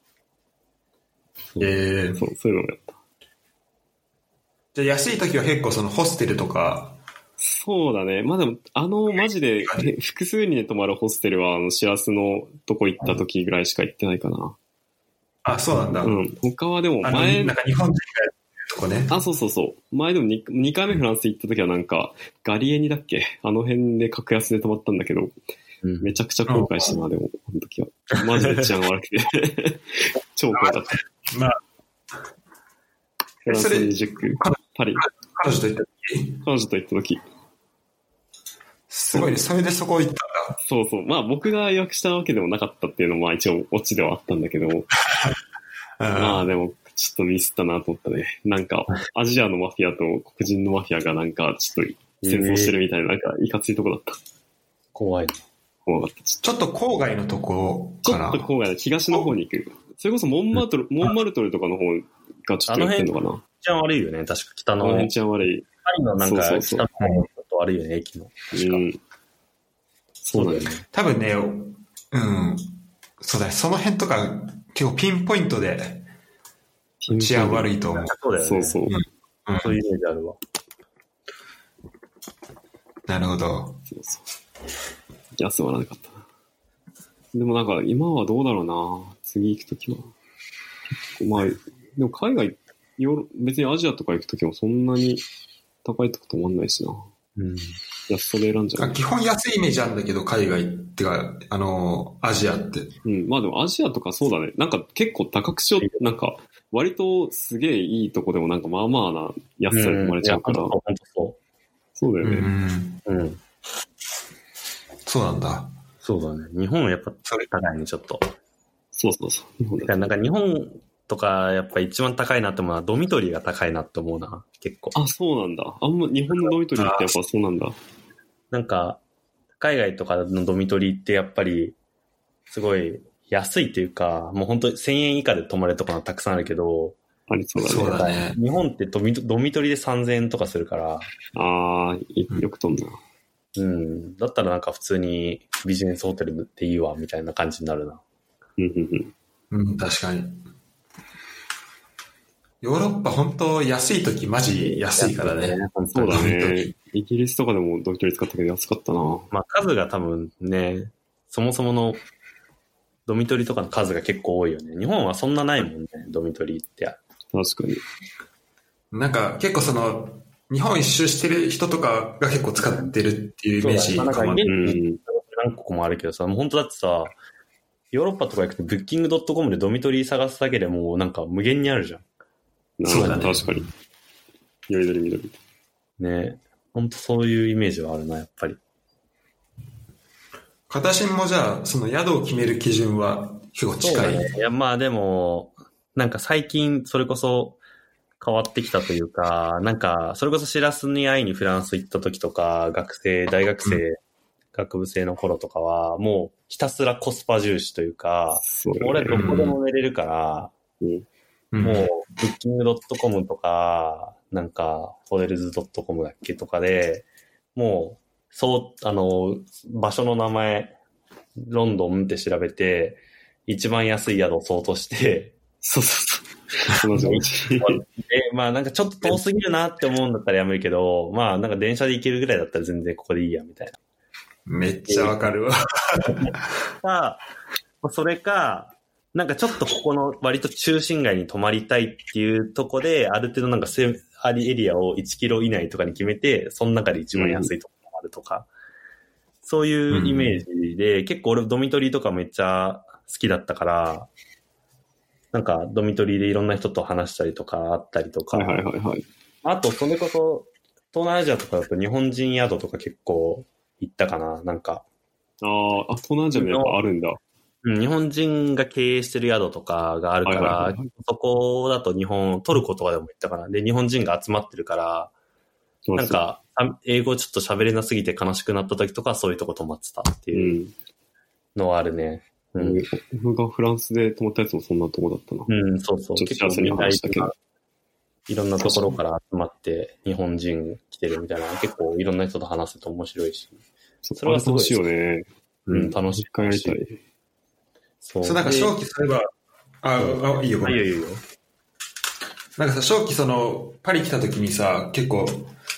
そういうのもやった。 じゃあ安い時は結構そのホステルとか。 そうだね。まあでも、マジで複数人で泊まるホステルは、シラスのとこ行った時ぐらいしか行ってないかな。 あ、そうなんだ。 他はでもなんか日本人がやるとこね。 あ、そう。前でも 2回目フランス行った時はなんか、ガリエニだっけ？あの辺で格安で泊まったんだけど、 めちゃくちゃ後悔したな、でも、あの時は。マジで治安悪くて。超怖かった。 まあ、 フランス20区、パリ。 彼女と行った時彼女と行った時。 すごいね。それでそこ行ったんだ。 そうそう。まあ僕が予約したわけでもなかったっていうのもまあ一応オチではあったんだけど。まあでもちょっとミスったなと思ったね。なんかアジアのマフィアと黒人のマフィアがなんかちょっと戦争してるみたいな、なんかいかついとこだった。 怖い。 怖かった。 ちょっと郊外のとこかな。 ちょっと郊外の東の方に行く。それこそモンマルトルとかの方がちょっとやってんのかな。 治安悪いよね。確か北の。 あの辺治安悪い。 パリのなんか北の方ちょっと悪いよね、駅の。確か。 そうだよね。 多分ね、そうだね。その辺とか結構ピンポイントで治安悪いと思う。 そうだよね。 そうそう。 そういうイメージあるわ。 なるほど。 そうそう。休まらなかったな。でもなんか今はどうだろうな。次行くときは。まあ、でも海外、別にアジアとか行くときもそんなに高いとこ止まんないしな。安さで選んじゃう。 基本安いイメージあるんだけど、海外ってか、アジアって。 まあでもアジアとかそうだね。なんか結構高くしよう、なんか割とすげえいいとこでもなんかまあまあな安さで生まれちゃうから。 本当そう。 そうだよね。 そうなんだ。 そうだね。日本はやっぱ高いね、ちょっと。 そうそうそう。 なんか日本とかやっぱ一番高いなって思うのはドミトリーが高いなって思うな、結構。 あ、そうなんだ。あんま日本のドミトリーってやっぱそうなんだ。 なんか、海外とかのドミトリーってやっぱりすごい安いっていうか、もう本当に1000円以下で泊まれるところたくさんあるけど、 ありそうだね。 日本ってドミトリーで3000円とかするから。 ああ、よく飛んだ。 だったらなんか普通にビジネスホテルでいいわ、みたいな感じになるな。 確かに。ヨーロッパ本当安い時マジ安いからね。 そうだね。イギリスとかでもドミトリー使ったけど安かったな。 まあ数が多分ね、そもそものドミトリーとかの数が結構多いよね。日本はそんなないもんね、ドミトリーって。 確かに。 なんか結構日本一周してる人とかが結構使ってるっていうイメージかも。 何個もあるけどさ、もう本当だってさ、ヨーロッパとか行くとブッキング .com でドミトリー探すだけでもうなんか無限にあるじゃん。 そうだね。確かに。緑。 ね。本当そういうイメージはあるな、やっぱり。 形もじゃあ、その宿を決める基準は結構近い。 いや、まあでも、なんか最近それこそ変わってきたというか、なんか、それこそシラスに会いにフランス行った時とか、大学生、学部生の頃とかは、もうひたすらコスパ重視というか、俺どこでも寝れるから、もう、ブッキング .com とか、なんか、ホテルズ .com だっけとかで、もう、場所の名前、ロンドンって調べて、一番安い宿を相当して、 そう。 まあなんかちょっと遠すぎるなって思うんだったらやめるけど、まあなんか電車で行けるぐらいだったら全然ここでいいや、みたいな。 めっちゃわかるわ。 それか、なんかちょっとここの割と中心街に泊まりたいっていうとこで、ある程度なんかエリアを1キロ以内とかに決めて、その中で一番安いところがあるとか、そういうイメージで、結構俺ドミトリーとかめっちゃ好きだったから、なんかドミトリーでいろんな人と話したりとかあったりとか、あとそれこそ東南アジアとかだと日本人宿とか結構行ったかな、なんか。 東南アジアもやっぱあるんだ。 日本人が経営してる宿とかがあるから、そこだとトルコとかでも行ったかな。で、日本人が集まってるから、なんか、英語ちょっと喋れなすぎて悲しくなった時とかそういうとこ泊まってたっていうのはあるね。 僕がフランスで泊まったやつもそんなとこだったな。 そう。 ちょっと幸せに話したけど。 いろんなところから集まって日本人来てるみたいな、結構いろんな人と話すと面白いし。 それは楽しいよね。 楽しい。 一回やりたい。 そう、なんか正気すれば、いいよ、 いいよ。 なんかさ、正気パリ来た時にさ、結構、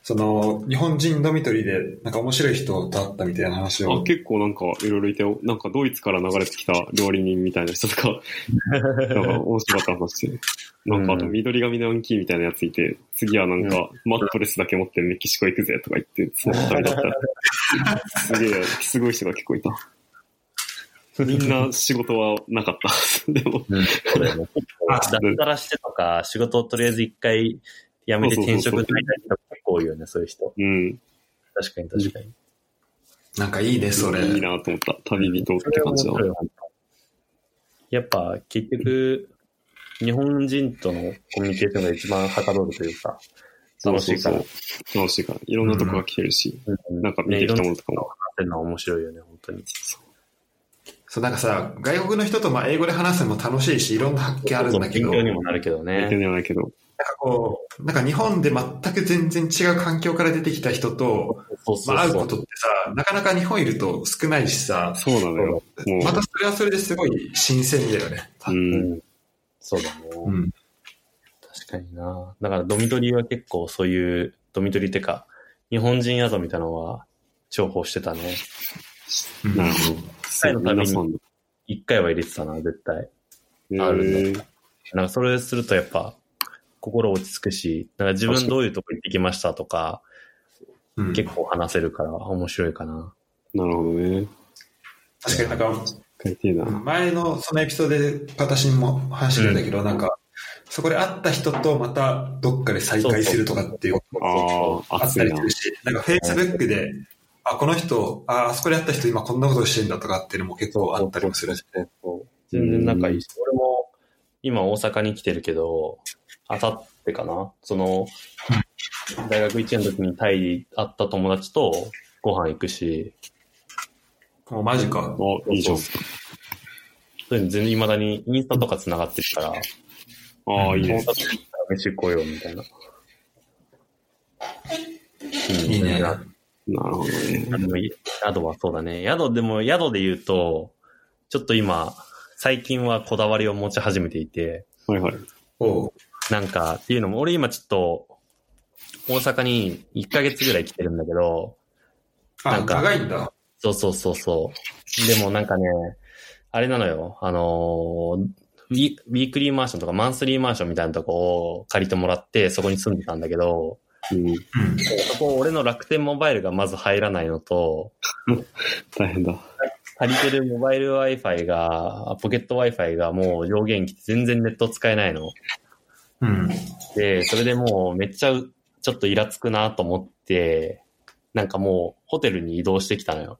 その、日本人ドミトリーで、なんか面白い人と会ったみたいな話を。 結構なんかいろいろいて、なんかドイツから流れてきた料理人みたいな人とか、なんか面白かった話で。なんかあと緑髪のヤンキーみたいなやついて、次はなんかマットレスだけ持ってメキシコ行くぜとか言って、その二人だったら、すごい人が結構いた。みんな仕事はなかった。でも。 そうだよね。脱サラしてとか、仕事をとりあえず一回辞めて転職になりたい人結構多いよね、そういう人。 うん。 確かに確かに。 なんかいいね、それ。 いいなと思った。旅人って感じだな。 やっぱ結局、日本人とのコミュニケーションが一番はかどるというか、楽しいから。 楽しいから。いろんなとこが来てるし、なんか見てきたものとかも。 話せるのは面白いよね、本当に。 そう、なんかさ、外国の人とまあ英語で話すのも楽しいし、いろんな発見あるんだけど。 勉強にもなるけどね。 勉強にはなるけど。 なんかこう、なんか日本で全く全然違う環境から出てきた人と、まあ会うことってさ、なかなか日本いると少ないしさ。 そうなのよ。 またそれはそれですごい新鮮だよね。 うん。そうだね。うん。確かにな。だからドミトリーは結構そういう、ドミトリーってか、日本人宿みたいなのは重宝してたね。 なるほど。 一回のために一回は入れてたな、絶対。あるんだ。なんかそれするとやっぱ心落ち着くし、なんか自分どういうとこ行ってきましたとか、結構話せるから面白いかな。 なるほどね。 確かになんか、前のそのエピソードで私にも話してるんだけど、なんか、そこで会った人とまたどっかで再会するとかっていうこともあったりするし、なんか Facebook で、この人、あそこで会った人今こんなことしてんだとかっていうのも結構あったりもするし。 全然仲いいし、俺も今大阪に来てるけど、あさってかな、その、大学1年の時にタイに会った友達とご飯行くし。 マジか。 いいじゃん。 そういうの全然未だにインスタとか繋がってるから、 いいね。 飯行こうよみたいな。 いいね。 なるほどね。 宿はそうだね。宿で言うと、ちょっと今、最近はこだわりを持ち始めていて。 はいはい。 なんか、っていうのも、俺今ちょっと、大阪に1ヶ月ぐらい来てるんだけど。 なんか、長いんだ。 そう。でもなんかね、あれなのよ。ウィークリーマンションとかマンスリーマンションみたいなとこを借りてもらって、そこに住んでたんだけど、そこ俺の楽天モバイルがまず入らないのと大変だ。 借りてるモバイル Wi-Fi が、ポケット Wi-Fi がもう上限来て全然ネット使えないの。で、それでもうめっちゃちょっとイラつくなと思って、なんかもうホテルに移動してきたのよ。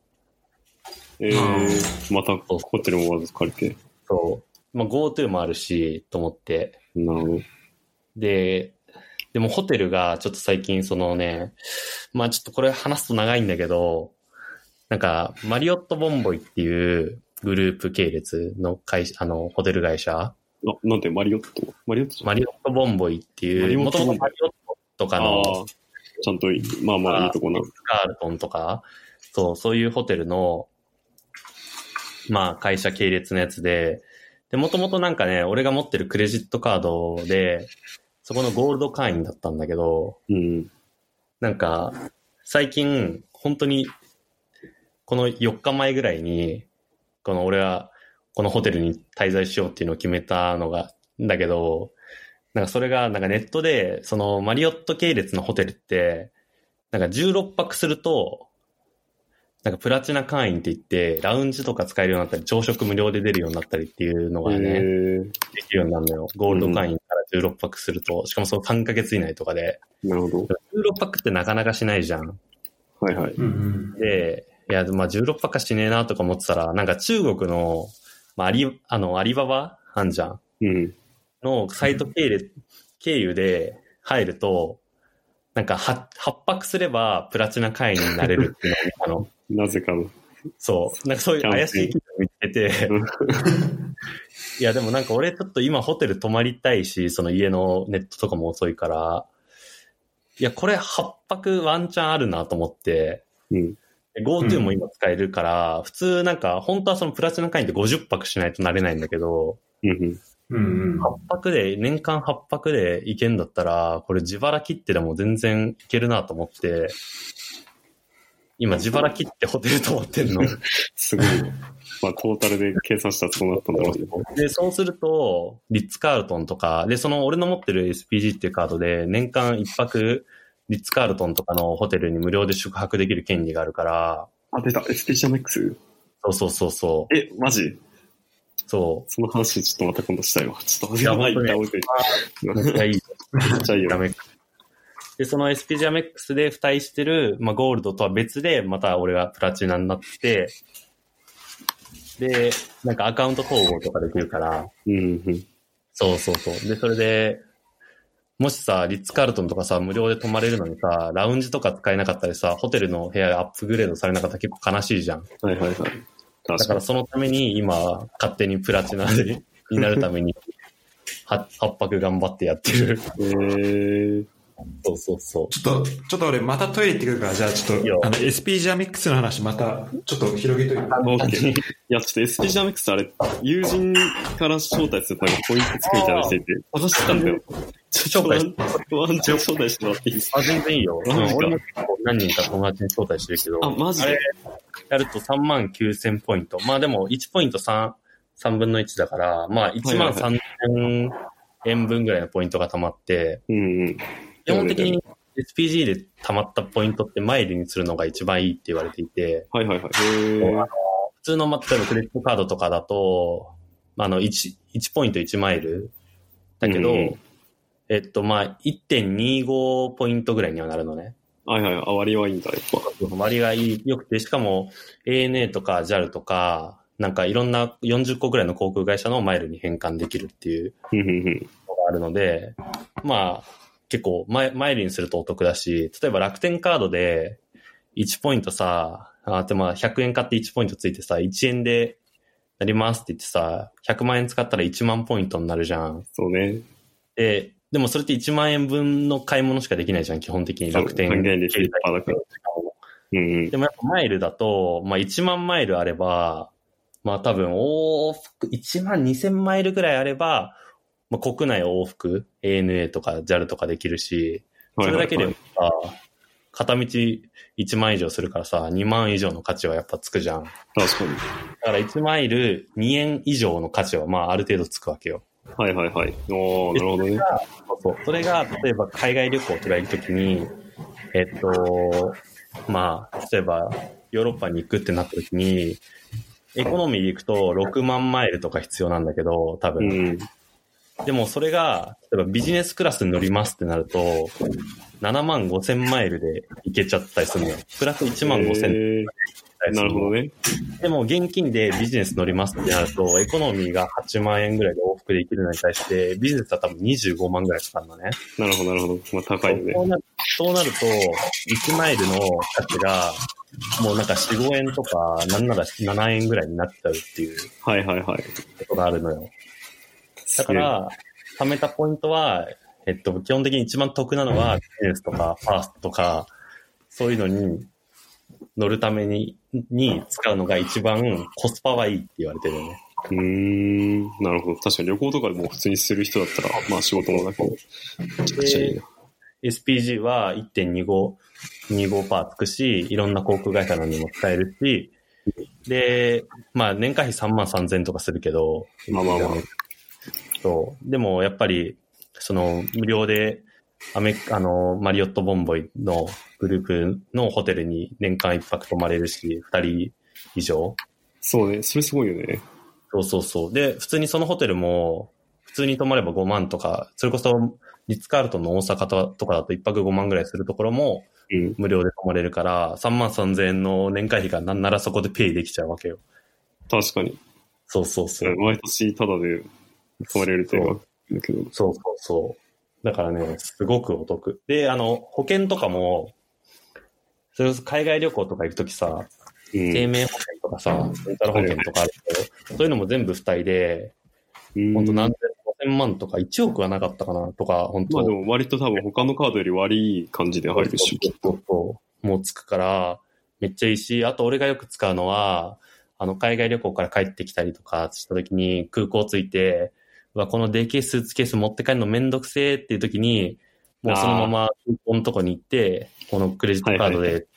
またホテルもまず借りて。 そう。まあ GoTo もあるし、と思って。 なるほど。 でもホテルがちょっと最近そのね、まあちょっとこれ話すと長いんだけど、なんかマリオットボンボイっていうグループ系列のホテル会社。 なんでマリオットボンボイっていう、もともとマリオットとかの、 ちゃんと、まあまあいいとこな。 スカールトンとか、そういうホテルの、まあ会社系列のやつで、もともとなんかね、俺が持ってるクレジットカードで、そこのゴールド会員だったんだけど、なんか、最近、本当に、この4日前ぐらいに、俺は、このホテルに滞在しようっていうのを決めたのが、だけど、なんかそれが、なんかネットで、そのマリオット系列のホテルって、なんか16泊すると、なんかプラチナ会員って言って、ラウンジとか使えるようになったり、朝食無料で出るようになったりっていうのがね、できるようになるのよ。ゴールド会員から16泊すると、しかもその3ヶ月以内とかで。 なるほど。 16泊ってなかなかしないじゃん。 はいはい。 で、いや、まあ16泊はしねえなとか思ってたら、なんか中国の、まあ、アリババあんじゃん。のサイト経由で入ると、なんか8泊すればプラチナ会員になれるっていうのをなぜかの。 そう。なんかそういう怪しい記事を見つけて、いやでもなんか俺ちょっと今ホテル泊まりたいし、その家のネットとかも遅いから、いやこれ8泊ワンチャンあるなと思って、GoTo も今使えるから、普通なんか本当はそのプラチナ会員って50泊しないとなれないんだけど、 うんうん。 8泊で、年間8泊で行けんだったら、これ自腹切ってでも全然行けるなと思って、今自腹切ってホテル泊まってんの。 すごい。まあ、トータルで計算したらそうなったんだろうけど。 で、そうすると、リッツ・カールトンとか、で、その俺の持ってる SPG っていうカードで、年間1泊、リッツ・カールトンとかのホテルに無料で宿泊できる権利があるから、 あ、出た。SPGMX？ そう。 え、マジ？ そう。 その話ちょっとまた今度したいわ。ちょっと、 いや、 はい、 本当に。めっちゃいい。 めっちゃいいよ。 で、その SPGMX で付帯してる、まあ、ゴールドとは別で、また俺がプラチナになって、で、なんかアカウント統合とかできるから、 うんうん。 そう。で、それで、もしさ、リッツ・カールトンとかさ、無料で泊まれるのにさ、ラウンジとか使えなかったりさ、ホテルの部屋がアップグレードされなかったら結構悲しいじゃん。 はい。 だからそのために今、勝手にプラチナになるために、8泊頑張ってやってる。そう。 ちょっと俺またトイレ行ってくるから、じゃあちょっと、SPGMX の話またちょっと広げといて。 いや、ちょっと SPGMX あれ、友人から招待するとなんかポイントつくみたいなしていて、探してたんだよ。 招待招待してもらっていいですか？ あ、全然いいよ。俺も結構何人か友達に招待してるけど。 あ、マジで？ やると39,000ポイント。まあでも1ポイント3分の1だから、まあ13,000円分ぐらいのポイントが溜まって、基本的に SPG で溜まったポイントってマイルにするのが一番いいって言われていて、普通の、例えばクレジットカードとかだと、1ポイント1マイルだけど、まあ 1.25 ポイントぐらいにはなるのね。 割はいいんだ、やっぱ。割が良くて、しかも ANA とか JAL とか、なんかいろんな40個ぐらいの航空会社のマイルに変換できるっていうのがあるので、まあ結構マイルにするとお得だし、例えば楽天カードで1ポイントさ、でも100円買って1ポイントついてさ、1円でなりますって言ってさ、100万円使ったら1万ポイントになるじゃん。 そうね。 でもそれって1万円分の買い物しかできないじゃん、基本的に楽天。 還元率いっぱいだから。 でもやっぱマイルだと、まあ1万マイルあれば、まあ多分往復1万2000マイルぐらいあれば、まあ、国内往復 ANA とか JAL とかできるし、それだけでもさ、片道1万以上するからさ、2万以上の価値はやっぱつくじゃん。 確かに。 だから1マイル2円以上の価値はまあある程度つくわけよ。 おー、なるほどね。 それが、例えば海外旅行とか行くときに、まあ、例えばヨーロッパに行くってなったときに、エコノミーで行くと6万マイルとか必要なんだけど、多分。でもそれが、例えばビジネスクラスに乗りますってなると、7万5千マイルで行けちゃったりするのよ。プラス1万5千。 なるほどね。 でも現金でビジネス乗りますってなると、エコノミーが8万円ぐらいで往復できるのに対して、ビジネスは多分25万ぐらいかかるのね。 なるほど。まあ高いよね。 そうなると、1マイルの価値が、もうなんか4、5円とか、なんなら7円ぐらいになっちゃうっていう。ことがあるのよ。だから、貯めたポイントは、基本的に一番得なのは、ビジネスとか、ファーストとか、そういうのに乗るために使うのが一番コスパはいいって言われてるよね。 なるほど。確かに旅行とかでも普通にする人だったら、まあ仕事の中で。 SPG は 1.25% つくし、いろんな航空会社などにも使えるし、で、まあ年会費33,000とかするけど、そう。でもやっぱり、無料で、マリオットボンボイのグループのホテルに年間1泊泊まれるし、2人以上。 そうね。それすごいよね。 そう。で、普通にそのホテルも、普通に泊まれば5万とか、それこそ、リッツ・カールトンの大阪とかだと1泊5万ぐらいするところも、無料で泊まれるから、33,000円の年会費がなんならそこでペイできちゃうわけよ。 確かに。 そう。 毎年タダで泊まれるっていうだけど。 そう。だからね、すごくお得。で、保険とかも、それこそ海外旅行とか行くときさ、生命保険とかさ、レンタル保険とかあるけど、そういうのも全部付帯で、本当何千万とか1億はなかったかなとか、本当。 まあでも割と多分他のカードより悪い感じで入るし。 そうもうつくから、めっちゃいいし、あと俺がよく使うのは、海外旅行から帰ってきたりとかしたときに空港着いて、 このでけえスーツケース持って帰るのめんどくせえっていう時に、もうそのまま空港のとこに行って、このクレジットカードで行って、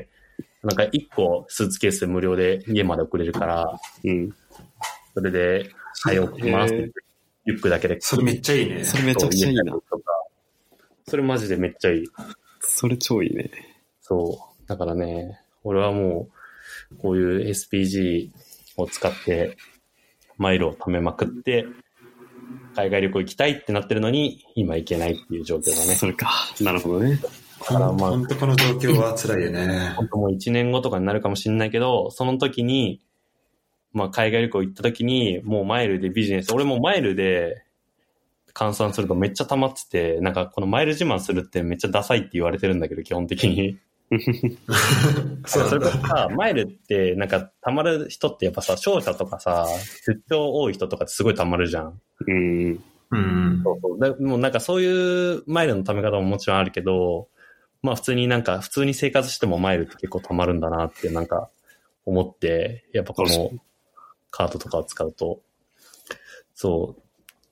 なんか1個スーツケース無料で家まで送れるから、それで、はい、送りますってリュックだけで。 それめっちゃいいね。 それめちゃくちゃいいな。 それマジでめっちゃいい。 それ超いいね。 そう。だからね、俺はもう、こういう SPG を使って、マイルを貯めまくって、海外旅行行きたいってなってるのに、今行けないっていう状況だね。 それか。なるほどね。 だからまあ、本当この状況は辛いよね。 本当もう1年後とかになるかもしれないけど、その時に、まあ海外旅行行った時に、もうマイルでビジネス、俺もマイルで換算するとめっちゃ溜まってて、なんかこのマイル自慢するってめっちゃダサいって言われてるんだけど、基本的に。それこそさ、マイルってなんか溜まる人ってやっぱさ、商社とかさ、出張多い人とかってすごい溜まるじゃん。そうそう。でもうなんかそういうマイルの溜め方ももちろんあるけど、まあ普通になんか普通に生活してもマイルって結構溜まるんだなってなんか思って、やっぱこのカードとかを使うと。そう。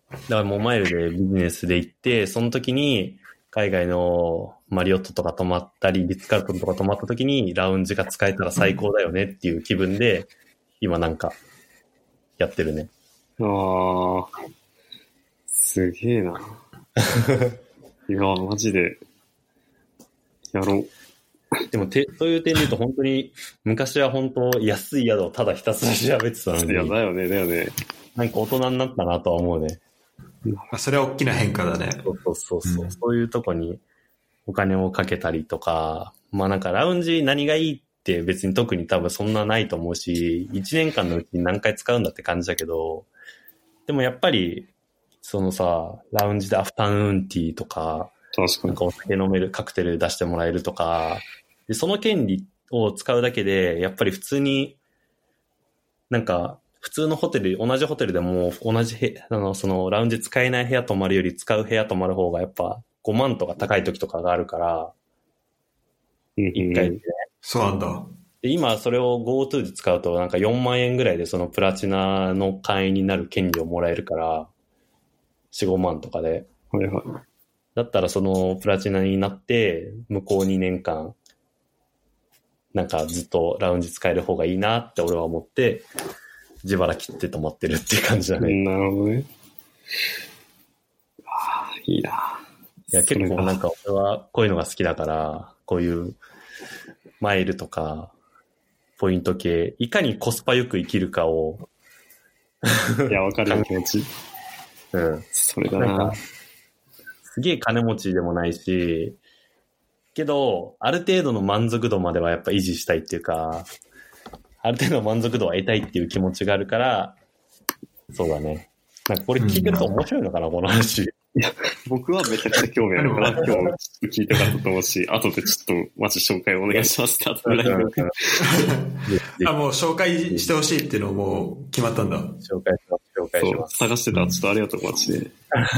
だからもうマイルでビジネスで行って、その時に海外のマリオットとか泊まったり、リッツカールトンとか泊まった時にラウンジが使えたら最高だよねっていう気分で、今なんかやってるね。 ああ、すげえな。いや、マジで、やろう。 でもそういう点で言うと本当に、昔は本当安い宿をただひたすら調べてたのに。 いや、だよね、だよね。 なんか大人になったなとは思うね。 それは大きな変化だね。 そう。そういうとこにお金をかけたりとか、まあなんかラウンジ何がいいって別に特に多分そんなないと思うし、1年間のうちに何回使うんだって感じだけど、でもやっぱり、そのさ、ラウンジでアフタヌーンティーとか、 確かに。 なんかお酒飲める、カクテル出してもらえるとか、で、その権利を使うだけで、やっぱり普通に、なんか、普通のホテル、同じホテルでも、同じその、ラウンジ使えない部屋泊まるより使う部屋泊まる方がやっぱ5万とか高い時とかがあるから、1回でね。 そうなんだ。 で、今それを GoTo で使うとなんか4万円ぐらいでそのプラチナの会員になる権利をもらえるから、4、5万とかで。 はいはい。 だったらそのプラチナになって、向こう2年間、なんかずっとラウンジ使える方がいいなって俺は思って、自腹切って泊まってるっていう感じだね。 なるほどね。ああ、いいな。 いや、結構なんか俺はこういうのが好きだから、こういうマイルとか、ポイント系、いかにコスパよく生きるかを。 いや、わかるよ、気持ち。 うん。 それだな。 すげえ金持ちでもないし、けど、ある程度の満足度まではやっぱ維持したいっていうか、ある程度の満足度は得たいっていう気持ちがあるから、そうだね。なんかこれ聞いてると面白いのかな、この話。 いや、僕はめちゃくちゃ興味あるから、今日ちょっと聞いたかったと思うし、後でちょっとマジ紹介お願いしますって後で LINE あ、もう紹介してほしいっていうのもう決まったんだ。 紹介します。 探してた。ちょっとありがとう、マジで。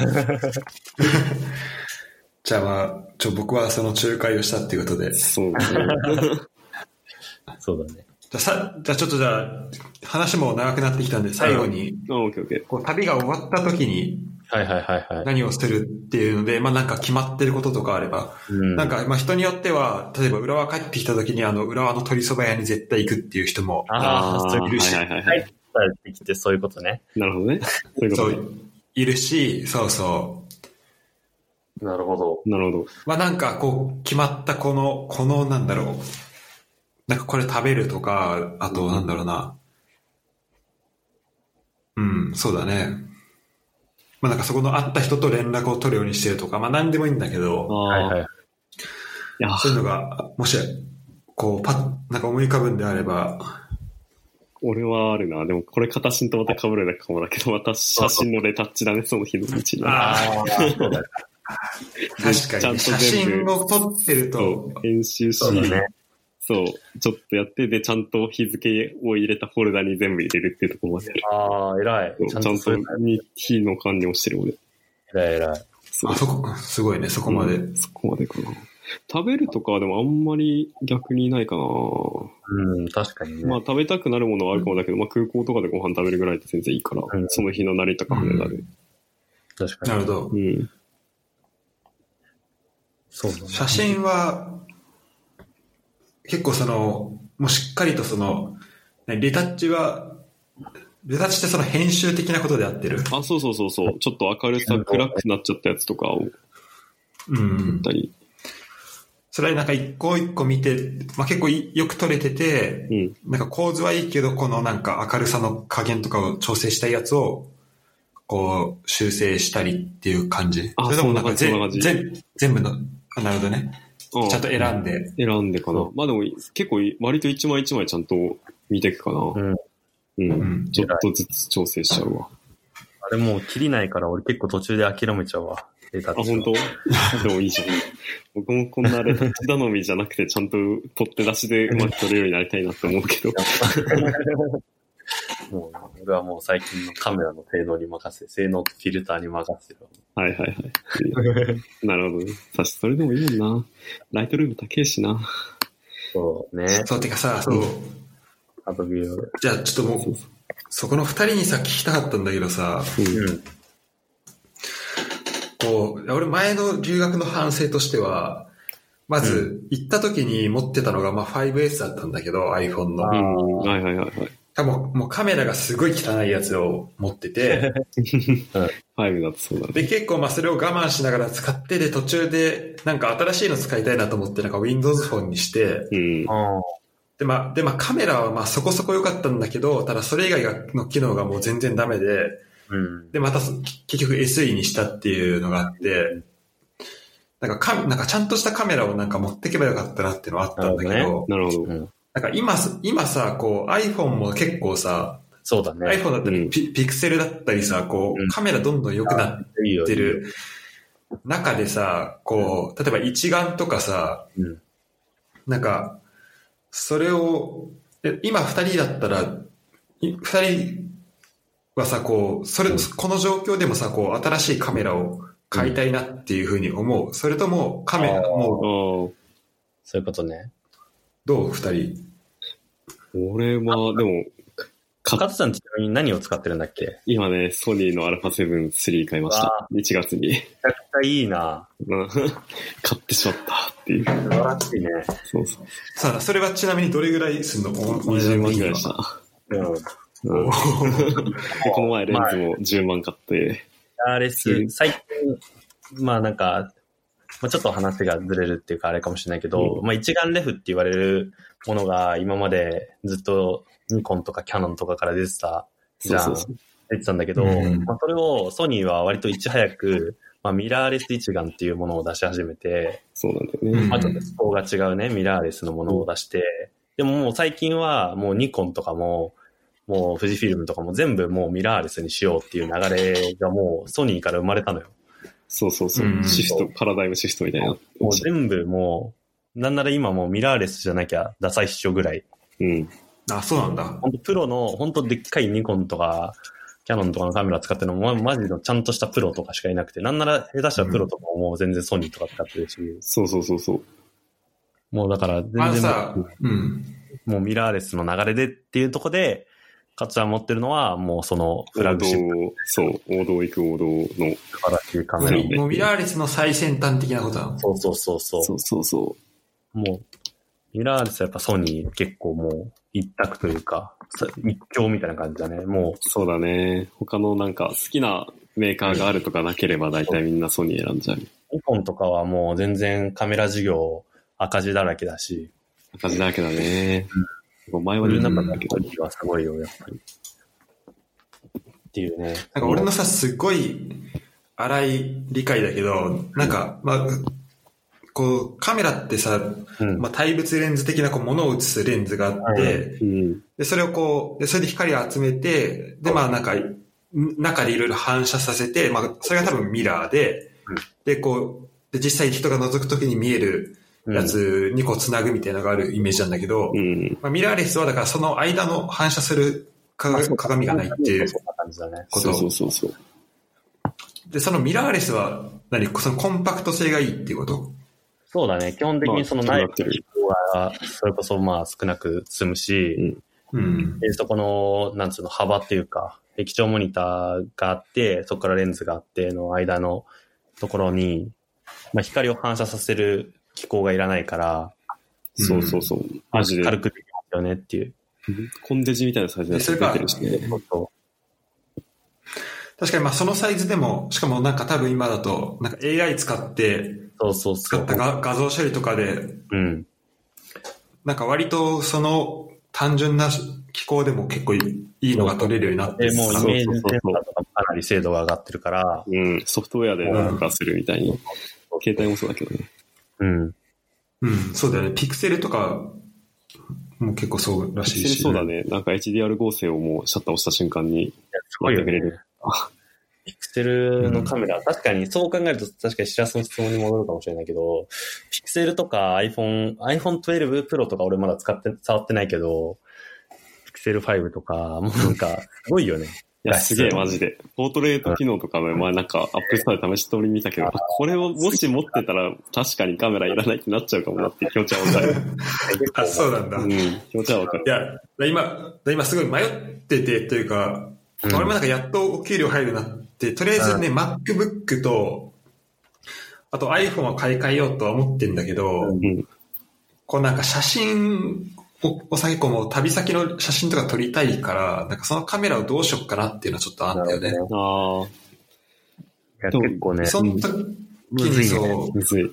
じゃあまあ、僕はその仲介をしたっていうことで。 そうですね。 そうだね。 じゃあちょっと話も長くなってきたんで、最後に、 オッケーオッケー。 こう旅が終わった時に、何をするっていうので、まあなんか決まってることとかあれば、なんかまあ人によっては、例えば浦和帰ってきた時に浦和の鶏蕎麦屋に絶対行くっていう人もいるし、 帰ってきてそういうことね。 なるほどね。そういうことね。 いるし、そうそう。 なるほど。 なるほど。 まあなんかこう決まったこのなんだろう。なんかこれ食べるとか、あとなんだろうな。そうだね。まあなんかそこの会った人と連絡を取るようにしてるとか、まあ何でもいいんだけど、そういうのが、もし、こうなんか思い浮かぶんであれば。 俺はあるな。でもこれ片新とまた被るだけかもだけど、また写真のレタッチだね、その日のうちに。 そうだね。確かに。写真を撮ってると。 編集し、そう、ちょっとやって、で、ちゃんと日付を入れたフォルダに全部入れるっていうところまでやる。 ああ、偉い。 ちゃんと日の管理もしてる俺。 偉い。 すごいね、そこまで。 そこまでかな。食べるとかはでもあんまり逆にないかな。 確かにね。 まあ食べたくなるものはあるかもだけど、まあ空港とかでご飯食べるぐらいって全然いいから、その日の成田か羽田で。 確かに。 なるほど。 うん。 そうだね。 写真は、結構もうしっかりとレタッチってその編集的なことで合ってる？ あ、そう。ちょっと明るさ暗くなっちゃったやつとかを、 うん。 たり。 それはなんか一個一個見て、まあ、結構よく撮れてて、なんか構図はいいけど、このなんか明るさの加減とかを調整したいやつを、こう修正したりっていう感じ。 あ、 それでもなんかそんな感じ。 全部の、なるほどね。ちゃんと選んで。 選んでかな。まあでも結構割と一枚一枚ちゃんと見ていくかな。ちょっとずつ調整しちゃうわ。 あれもう切りないから俺結構途中で諦めちゃうわ。 あ、本当？でもいいじゃん。僕もこんなレタッチ頼みじゃなくてちゃんと取って出しでうまく撮れるようになりたいなって思うけど。 もう俺はもう最近のカメラの性能に任せて、性能とフィルターに任せてる。 はい。なるほどね。それでもいいもんな。ライトルーム高いしな。 そうね。 そう、てかさ、そう。 アドビュー。 じゃあちょっともう、そこの二人にさ、聞きたかったんだけどさ、こう、俺前の留学の反省としては、まず、行った時に持ってたのが、まあ 5S だったんだけど、iPhone の。 はい。 多分、もうカメラがすごい汚いやつを持ってて、 5だとそうだね。 で、結構まあそれを我慢しながら使って、で、途中で、なんか新しいの使いたいなと思って、なんか Windows フォンにして、で、まあカメラはまあそこそこ良かったんだけど、ただそれ以外の機能がもう全然ダメで、で、また結局 SE にしたっていうのがあって、なんかちゃんとしたカメラをなんか持ってけばよかったなっていうのはあったんだけど、 なるほど。 なんか今さ、こう iPhone も結構さ、 そうだね。 iPhone だったりピクセルだったりさ、こうカメラどんどん良くなってる中でさ、こう、例えば一眼とかさ、なんか、それを、今二人だったら、二人はさ、こう、この状況でもさ、こう、新しいカメラを買いたいなっていうふうに思う。それとも、カメラもそういうことね。 どう二人。 俺は、でも、 加藤さんちなみに何を使ってるんだっけ？ 今ね、ソニーの α7 III 買いました。1月に。 めちゃくちゃいいな。 買ってしまったっていう。 素晴らしいね。 さあ、それはちなみにどれぐらいすんの ？20万ぐらいした。この前レンズも10万買って。 最近、まあなんか、ちょっと話がずれるっていうかあれかもしれないけど、一眼レフって言われるものが今までずっとニコンとかキャノンとかから出てたじゃん。出てたんだけど、それをソニーは割といち早く、ミラーレス一眼っていうものを出し始めて、 そうなんだよね。 ちょっと思考が違うね、ミラーレスのものを出して、でももう最近はもうニコンとかも、もう富士フィルムとかも全部もうミラーレスにしようっていう流れがもうソニーから生まれたのよ。 そう。シフト、パラダイムシフトみたいな。 もう全部もう、なんなら今もうミラーレスじゃなきゃダサいっしょぐらい。 あ、そうなんだ。 本当プロの、本当でっかいニコンとか、キャノンとかのカメラ使ってるのも、マジのちゃんとしたプロとかしかいなくて、なんなら下手したらプロとかももう全然ソニーとか使ってるし。 そう。 もうだから全然、もうミラーレスの流れでっていうとこで、カツちゃん持ってるのは、もうそのフラッグシップ。 そう、王道行く王道の素晴らしいカメラで。もうミラーレスの最先端的なことなの？ そう。 もう、ミラーレスはやっぱソニー結構もう一択というか、一強みたいな感じだね。もう。 そうだね。他のなんか好きなメーカーがあるとかなければ大体みんなソニー選んじゃう。 ニコンとかはもう全然カメラ事業赤字だらけだし。 赤字だらけだね。前はなかったけど、 はすごいよ、やっぱり。っていうね。 なんか俺のさ、すごい荒い理解だけど、なんか、こう、カメラってさ、対物レンズ的なこう物を映すレンズがあって、で、それをこう、それで光を集めて、で、なんか、中でいろいろ反射させて、それが多分ミラーで、で、こう、で、実際人が覗くときに見える、やつにこう繋ぐみたいなのがあるイメージなんだけど、ミラーレスはだからその間の反射する鏡がないっていうこと。 そう。 で、そのミラーレスはそのコンパクト性がいいっていうこと？ そうだね。基本的にその内部の飛行はそれこそ少なく済むし、 うん。 で、そこの、なんつうの、幅っていうか、液晶モニターがあって、そこからレンズがあっての間のところに、まあ、光を反射させる機構がいらないから、 そうそうそう。マジで。 軽くできますよねっていう。 コンデジみたいなサイズで出てるしね。 確かにまあそのサイズでも、しかもなんか多分今だと、なんか AI 使って、使った画像処理とかで、なんか割とその単純な機構でも結構いいのが取れるようになって、 もうイメージセンサーとかかなり精度が上がってるから、 ソフトウェアでなんかするみたいに、携帯もそうだけどね。 そうだよね。ピクセルとかも結構そうらしいし、ね。 ピクセルそうだね。なんか HDR 合成をもうシャッター押した瞬間にやってくれる。 ピクセルのカメラ、確かにそう考えると確かにしらすの質問に戻るかもしれないけど、ピクセルとか iPhone 12 Pro とか俺まだ触ってないけど、ピクセル5とか、もうなんか、すごいよね。 いや、すげえマジで。ポートレート機能とかも、まあなんか、アップストアで試し通り見たけど、これをもし持ってたら、確かにカメラいらないってなっちゃうかもなって気持ちはわかる。 あ、そうなんだ。 気持ちはわかる。 いや、今すごい迷ってて、というか、俺もなんかやっとお給料入るなって、とりあえずね、MacBook と、あと iPhone は買い替えようとは思ってんだけど、こうなんか写真お酒こも旅先の写真とか撮りたいから、なんかそのカメラをどうしよっかなっていうのはちょっとあんだよね。 結構ね。 その時にそう。 むずい。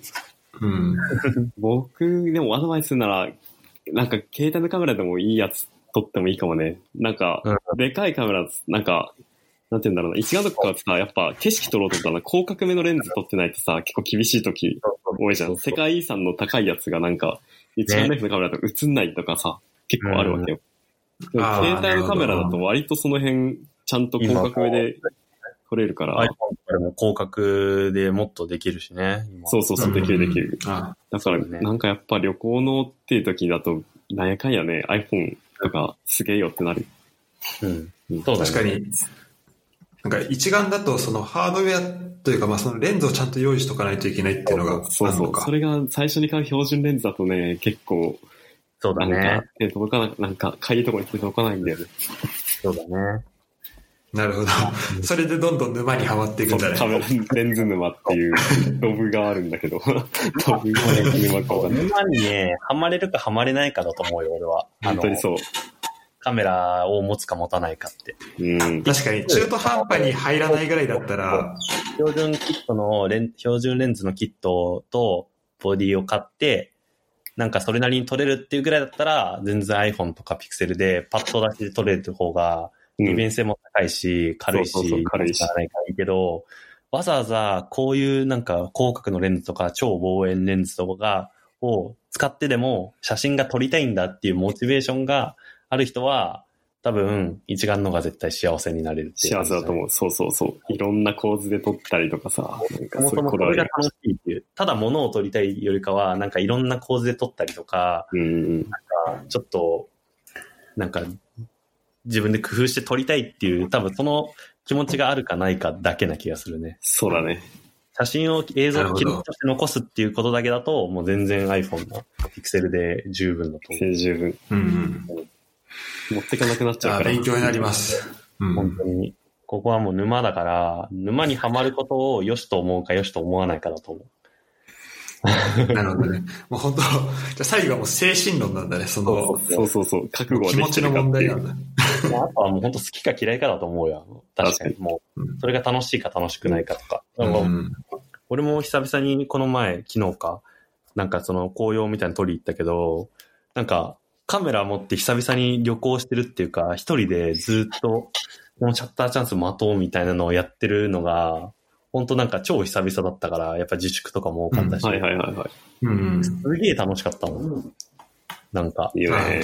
僕、でもアドバイスするなら、なんか携帯のカメラでもいいやつ撮ってもいいかもね。なんか、でかいカメラ、なんか、なんて言うんだろうな。一眼とかはさ、やっぱ景色撮ろうと思ったら広角めのレンズ撮ってないとさ、結構厳しい時多いじゃん。世界遺産の高いやつがなんか、一眼レフのカメラだと映んないとかさ、結構あるわけよ。携帯のカメラだと割とその辺、ちゃんと広角めで撮れるから。 iPhone でも広角でもっとできるしね。 そう、できる。だから、なんかやっぱ旅行のっていう時だと、なんやかんやね、iPhone とかすげえよってなる。 そう確かに。なんか一眼だとそのハードウェアというかまあそのレンズをちゃんと用意しとかないといけないっていうのがあるのか。 そう。それが最初に買う標準レンズだとね、結構、 そうだね。 届かな、なんか、かゆいところに届かないんだよね。 そうだね。 なるほど。それでどんどん沼にはまっていくんだね。 カメラ、レンズ沼っていうドブがあるんだけど。ドブ沼にね、はまれるかはまれないかだと思うよ、俺は。 本当にそう。 カメラを持つか持たないかって。 確かに、中途半端に入らないぐらいだったら。 標準レンズのキットとボディを買って、なんかそれなりに撮れるっていうぐらいだったら、全然 iPhone とか Pixel でパッと出して撮れる方が、利便性も高いし、軽いし、 軽いし。 ないからいいけど、わざわざこういうなんか広角のレンズとか超望遠レンズとかを使ってでも写真が撮りたいんだっていうモチベーションがある人は、多分、一眼の方が絶対幸せになれるっていう、 幸せだと思う。そう。いろんな構図で撮ったりとかさ。 そもそもそれが楽しいっていう。ただ物を撮りたいよりかは、なんかいろんな構図で撮ったりとか、なんかちょっと、なんか自分で工夫して撮りたいっていう、多分その気持ちがあるかないかだけな気がするね。 そうだね。 写真を映像記録として残すっていうことだけだと、もう全然 iPhone の Pixel で十分だと思う。 十分。持ってかなくなっちゃうから。 勉強になります。 本当に。ここはもう沼だから、沼にはまることを良しと思うか良しと思わないかだと思う。 なるほどね。もう本当、じゃあ最後はもう精神論なんだね、その。 そう。覚悟は気持ちの問題なんだ。 あとはもう本当好きか嫌いかだと思うよ。確かに。もう、それが楽しいか楽しくないかとか。俺も久々にこの前、昨日か、なんかその紅葉みたいなの撮り行ったけど、なんかカメラ持って久々に旅行してるっていうか、一人でずっとこのシャッターチャンス待とうみたいなのをやってるのが、本当なんか超久々だったから、やっぱ自粛とかも多かったし。すげえ楽しかったもん。なんか。 いいね。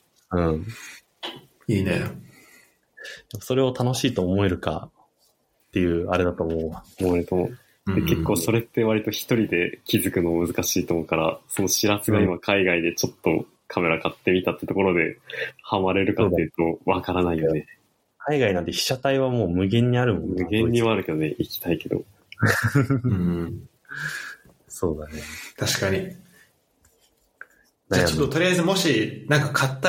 いいね。 それを楽しいと思えるかっていう、あれだと思うわ。 思えると思う。で結構それって割と一人で気づくの難しいと思うから、そのしらつが今海外でちょっとカメラ買ってみたってところでハマれるかっていうとわからないよね。 海外なんて被写体はもう無限にあるもんね。無限にはあるけどね、行きたいけど。 そうだね。 確かに。じゃあちょっととりあえずもしなんか買ったら、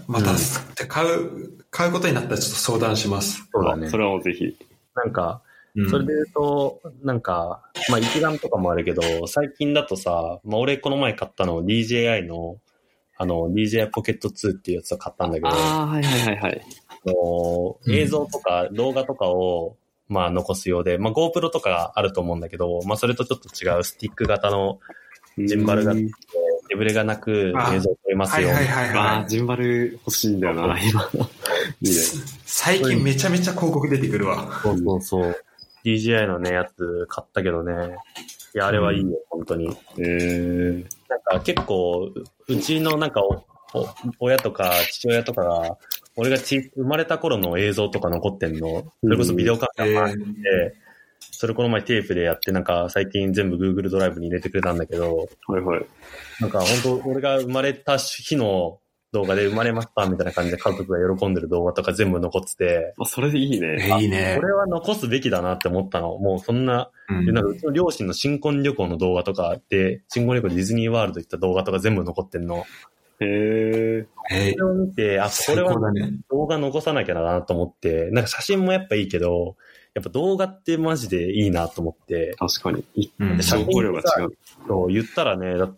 また、買うことになったらちょっと相談します。 そうだね。 それはもうぜひ。 なんか、それで言うと、なんか、まあ一眼とかもあるけど、最近だとさ、まあ俺この前買ったの DJI の、DJI Pocket 2っていうやつを買ったんだけど、 はいはいはいはい。 映像とか動画とかを、まあ残すようで、まあ GoPro とかあると思うんだけど、まあそれとちょっと違うスティック型のジンバルが、手ぶれがなく映像を撮れますよ。 ジンバル欲しいんだよな、今。いいね。 最近めちゃめちゃ広告出てくるわ。 そう。DJI のね、やつ買ったけどね。いや、あれはいいよ、本当に。なんか結構、うちのなんか親とか父親とかが、俺が生まれた頃の映像とか残ってんの。それこそビデオカメラ回して、それこの前テープでやって、なんか最近全部 Google ドライブに入れてくれたんだけど、 はいはい。 なんか本当俺が生まれた日の動画で生まれましたみたいな感じで家族が喜んでる動画とか全部残ってて。 それでいいね。 いいね。 これは残すべきだなって思ったの。もうそんな、なんかうちの両親の新婚旅行の動画とかで、新婚旅行でディズニーワールド行った動画とか全部残ってんの。それを見て、これは動画残さなきゃなと思って、なんか写真もやっぱいいけど、やっぱ動画ってマジでいいなと思って。 確かに。 写真量が違う。そう言ったらね、だって、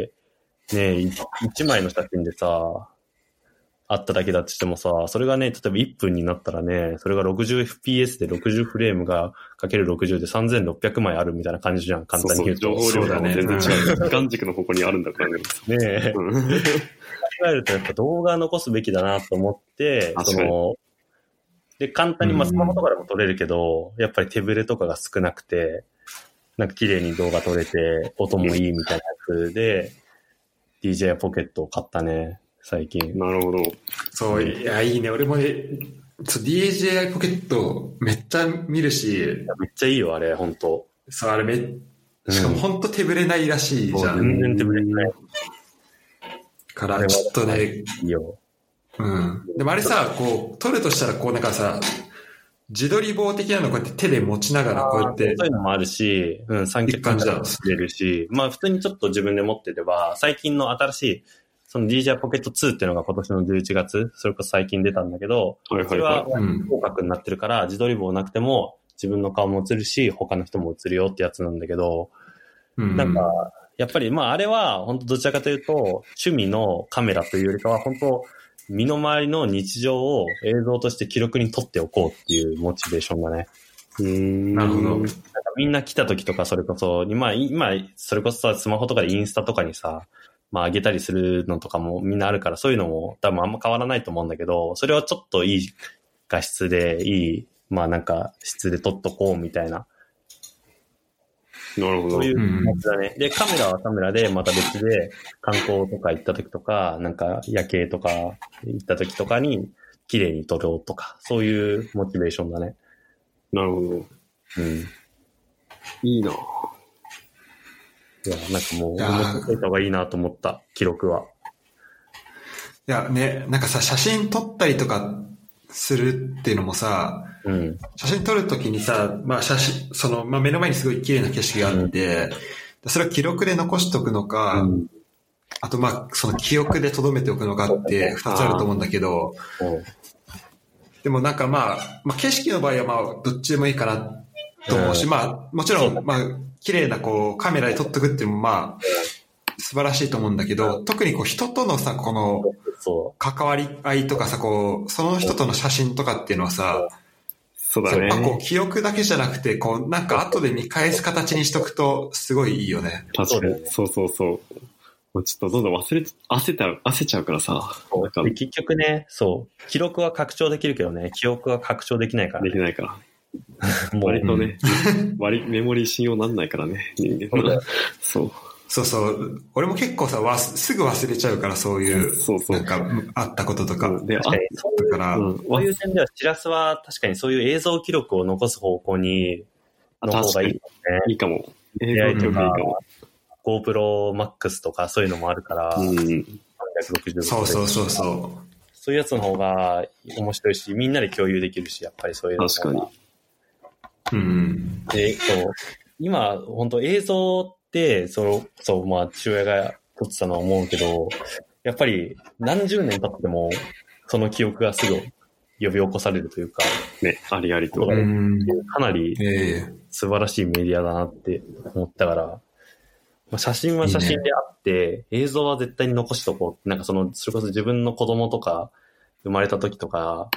ね、1枚の写真でさ、あっただけだとしてもさ、それがね、例えば1分になったらね、それが 60fps で60フレームがかける60で3600枚あるみたいな感じじゃん、簡単に言うと。 情報量が全然違う。時間軸のここにあるんだからね。 ねえ。考えるとやっぱ動画残すべきだなと思って、で、簡単にスマホとかでも撮れるけど、やっぱり手ぶれとかが少なくて、なんか綺麗に動画撮れて、音もいいみたいなやつで、DJI ポケットを買ったね、最近。 なるほど。 そう、いや、いいね。俺もね、DJI ポケットめっちゃ見るし。 めっちゃいいよ、あれ、ほんと。 そう、あれしかもほんと手ぶれないらしいじゃん。 全然手ぶれない。 から、ちょっとね、いいよ。 でもあれさ、こう、撮るとしたら、こうなんかさ、自撮り棒的なのこうやって手で持ちながらこうやって。 そういうのもあるし、三脚感じだれるし、まあ普通にちょっと自分で持ってれば、最近の新しい、その DJI Pocket 2っていうのが今年の11月、それこそ最近出たんだけど、それは広角になってるから、自撮り棒なくても自分の顔も映るし、他の人も映るよってやつなんだけど、なんか、やっぱりまああれは本当どちらかというと、趣味のカメラというよりかは本当、身の回りの日常を映像として記録に撮っておこうっていうモチベーションだね。 なるほど。なんかみんな来た時とかそれこそ、今、それこそさ、スマホとかでインスタとかにさ、まあ上げたりするのとかもみんなあるから、そういうのも多分あんま変わらないと思うんだけど、それをちょっといい画質で、いい、まあなんか質で撮っとこうみたいな。 なるほど。 そういうやつだね。で、カメラはカメラでまた別で観光とか行った時とか、なんか夜景とか行った時とかに綺麗に撮ろうとか、そういうモチベーションだね。 なるほど。いいな。 いや、なんかもう、残っておいた方がいいなと思った、記録は。 いやね、なんかさ、写真撮ったりとかするっていうのもさ、写真撮るときにさ、まあまあ目の前にすごい綺麗な景色があって、それを記録で残しとくのか、あとまあその記憶で留めておくのかって二つあると思うんだけど、でもなんかまあ景色の場合はまあどっちでもいいかなと思うし、まあもちろんまあ綺麗なこうカメラで撮っとくっていうのもまあ素晴らしいと思うんだけど、特にこう人とのさ、この関わり合いとかさ、こうその人との写真とかっていうのはさ、 そうだね。 こう記憶だけじゃなくて、こうなんか後で見返す形にしとくとすごいいいよね。 確かに。そうそうそう。もうちょっとどんどん焦っちゃうからさ。 で結局ね、そう。記録は拡張できるけどね、記憶は拡張できないから、 ね。できないから。割とね、メモリー信用なんないからね、人間は。そう。 そうそう。俺も結構さ、すぐ忘れちゃうから、そういう、なんか、あったこととか。 で、そういう点では、しらすは確かにそういう映像記録を残す方向に、の方がいいかもね。 いいかも。 AI とか、GoPro Max とかそういうのもあるから、 そうそうそうそう。 そういうやつの方が面白いし、みんなで共有できるし、やっぱりそういうのが。 確かに。で、そう、今、本当映像って、まあ、父親が撮ってたのは思うけど、 やっぱり何十年経っても、その記憶がすぐ呼び起こされるというか、 ね、ありありと。 かなり素晴らしいメディアだなって思ったから、写真は写真であって、映像は絶対に残しとこう。なんかそれこそ自分の子供とか、生まれた時とか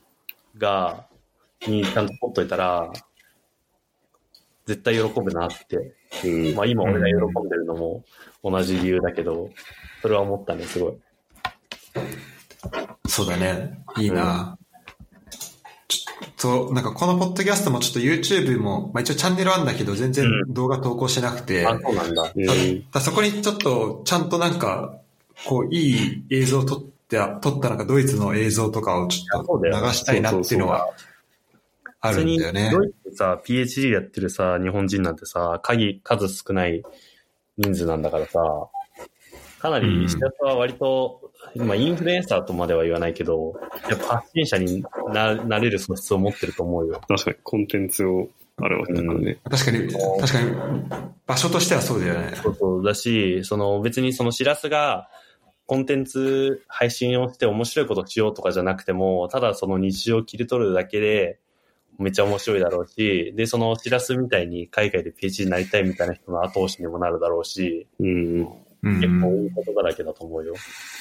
にちゃんと撮っといたら、絶対喜ぶなって。まあ今俺が喜んでるのも同じ理由だけど、それは思ったね、すごい。 そうだね。いいな。そう、なんかこのポッドキャストもちょっと YouTube も、まあ一応チャンネルあるんだけど、全然動画投稿してなくて。 あ、そうなんだ。 そこにちょっと、ちゃんとなんか、こう、いい映像を撮ったなんかドイツの映像とかをちょっと流したいなっていうのはあるんだよね。 ドイツでさ、PhD やってるさ、日本人なんてさ、数少ない人数なんだからさ、かなり石田さんは割と、まあインフルエンサーとまでは言わないけど、やっぱ発信者になれる素質を持ってると思うよ。 確かに、コンテンツをあるわけだからね。 確かに、場所としてはそうだよね。 そうだし、別にしらすが、コンテンツ配信をして面白いことをしようとかじゃなくても、ただその日常を切り取るだけでめっちゃ面白いだろうし、で、しらすみたいに海外で PhD になりたいみたいな人の後押しにもなるだろうし、結構いいことだらけだと思うよ。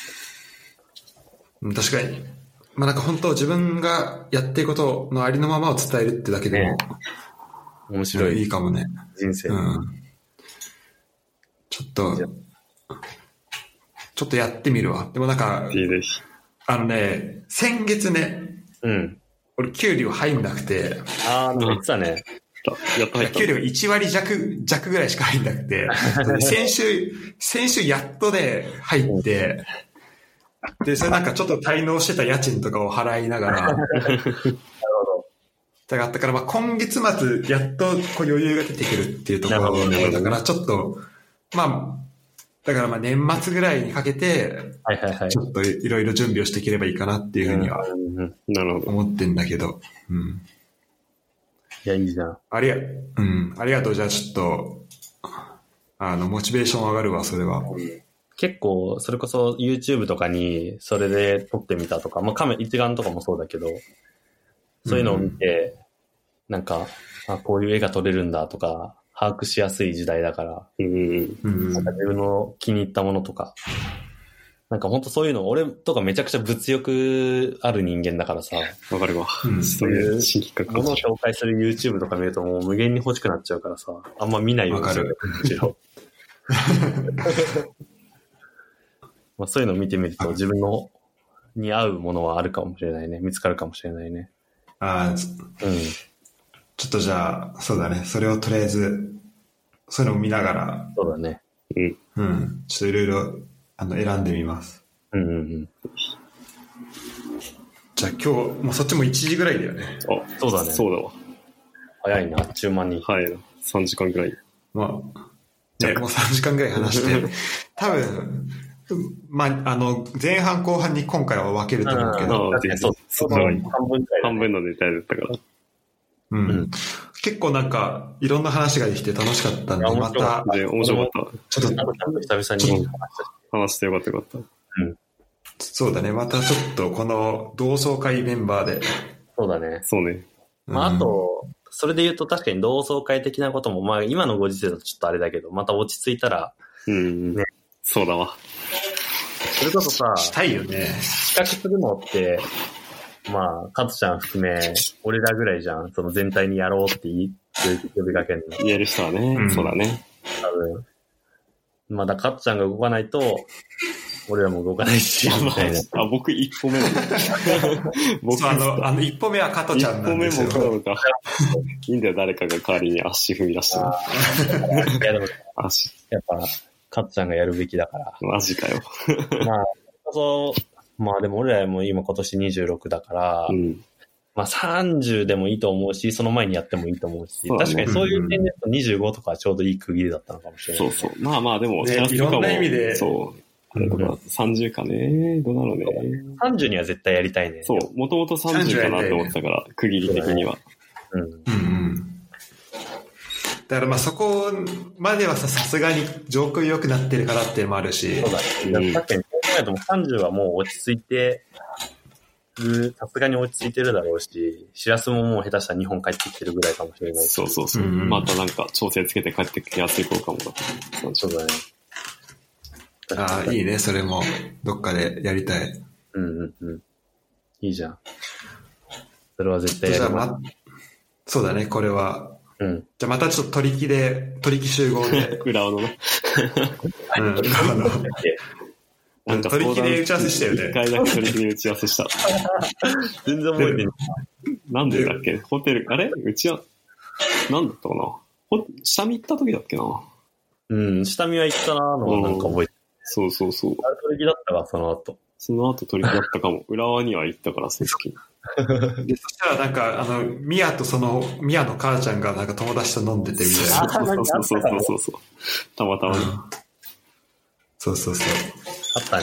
確かに。まあなんか本当自分がやっていることのありのままを伝えるってだけでも、 面白い。 いいかもね。 人生。 ちょっとやってみるわ。でもなんか、先月ね、俺給料入んなくて。 なんか言ってたね。 給料1割弱ぐらいしか入んなくて、先週やっとね、入って、で、それなんかちょっと滞納してた家賃とかを払いながら、なるほど。だからまあ今月末やっとこう余裕が出てくるっていうところだからちょっと、まあ、だからまあ年末ぐらいにかけて、ちょっといろいろ準備をしていければいいかなっていうふうには思ってんだけど、 いや、いいじゃん。 ありがとう。じゃあちょっと、モチベーション上がるわ、それは。 結構、それこそ YouTube とかにそれで撮ってみたとか、まあ一眼とかもそうだけど、そういうのを見て、なんか、こういう絵が撮れるんだとか、把握しやすい時代だから、なんか自分の気に入ったものとか、なんか本当そういうの、俺とかめちゃくちゃ物欲ある人間だからさ、 わかるわ。 そういうものを紹介する YouTube とか見るともう無限に欲しくなっちゃうからさ、あんま見ないようにする。もちろん。まあそういうのを見てみると自分のに合うものはあるかもしれないね。見つかるかもしれないね。 ちょっとじゃあ、そうだね。それをとりあえず、そういうのを見ながら。 そうだね。 ちょっといろいろ、選んでみます。じゃあ今日、もうそっちも1時ぐらいだよね。 そうだね。 そうだわ。 早いな、あっちゅう間に。 早いな。3時間ぐらい。 まあ、ね、もう3時間ぐらい話して、多分、まあ、前半後半に今回は分けると思うけど。 そう半分のネタだったから。 結構なんか、いろんな話ができて楽しかったんで、また。 面白かった。 ちょっと久々に話してよかったよかった。 そうだね。またちょっとこの同窓会メンバーで。 そうだね。 そうね。 まあ、あと、それで言うと確かに同窓会的なことも、まあ今のご時世だとちょっとあれだけど、また落ち着いたら、 ね。そうだわ。 それこそさ、 したいよね。 企画するのって、まあ、カツちゃん含め、俺らぐらいじゃん。その全体にやろうって呼びかけるの。 言える人はね、そうだね。 多分。まだカツちゃんが動かないと、俺らも動かないし、みたいな。 僕一歩目の。 僕一歩目は加トちゃんなんですよ。 一歩目もか。いいんだよ、誰かが代わりに足踏み出しても。 いやでも、やっぱ、カツちゃんがやるべきだから。 マジかよ。 まあでも俺らも今年26だから、まあ30でもいいと思うし、その前にやってもいいと思うし、確かにそういう点で25とかちょうどいい区切りだったのかもしれない、 そう。まあでも、 いろんな意味で。 そう。あれとか、30かね。どうだろうね。 30には絶対やりたいね。 そう。もともと30かなって思ってたから、区切り的には。 だからまあそこまではさすがに上空良くなってるからっていうのもあるし。 そうだね。確かに、 えるともう30はもう落ち着いてる、さすがに落ち着いてるだろうし、しらすももう下手したら日本帰ってきてるぐらいかもしれないし。 そうそうそう。またなんか調整つけて帰ってきやすい頃かもだ。 そうだね。 ああ、いいね、それも。どっかでやりたい。 いいじゃん。それは絶対やる。 そうだね、これは。 じゃあまたちょっと取り木集合で。 裏のね。 なんか取り木で打ち合わせしたよね。 一回だけ取り木で打ち合わせした。 全然覚えてない。 なんでだっけホテル、あれなんだったかな下見行った時だっけな。 下見は行ったなーのはなんか覚えてる。 そう。 あれ取り木だったわ、その後。 その後取り木だったかも。浦和には行ったから、その時に。 で、そしたらなんか、ミヤの母ちゃんがなんか友達と飲んでてみたいな。 そう。たまたまね。 そう。 あったね。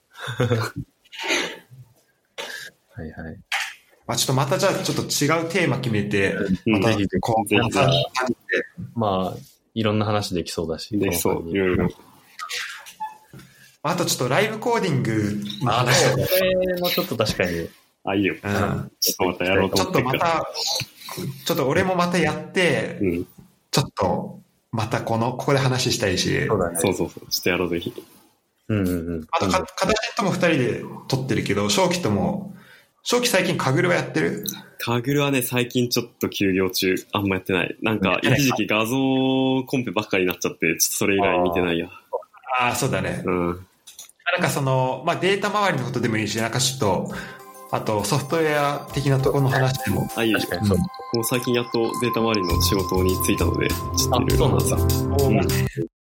はい。 まあちょっとまたじゃあちょっと違うテーマ決めて、またぜひまあ、いろんな話できそうだし。 できそう、いろいろ。 あとちょっとライブコーディングの話これもちょっと確かに。 いいよ。ちょっとまたやろうと思ってるから。 ちょっと俺もまたやって、ちょっとまたここで話したいし。 そうだね。そう。ちょっとやろうぜひ。 あと、片手とも二人で撮ってるけど、正気最近カグルはやってる？ カグルはね、最近ちょっと休業中、あんまやってない。なんか、一時期画像コンペばっかりになっちゃって、ちょっとそれ以来見てないや。 ああ、そうだね。なんかデータ周りのことでもいいし、なんかちょっと、あとソフトウェア的なところの話でも。 いいよ。もう最近やっとデータ周りの仕事に就いたので、ちょっといろいろ話す。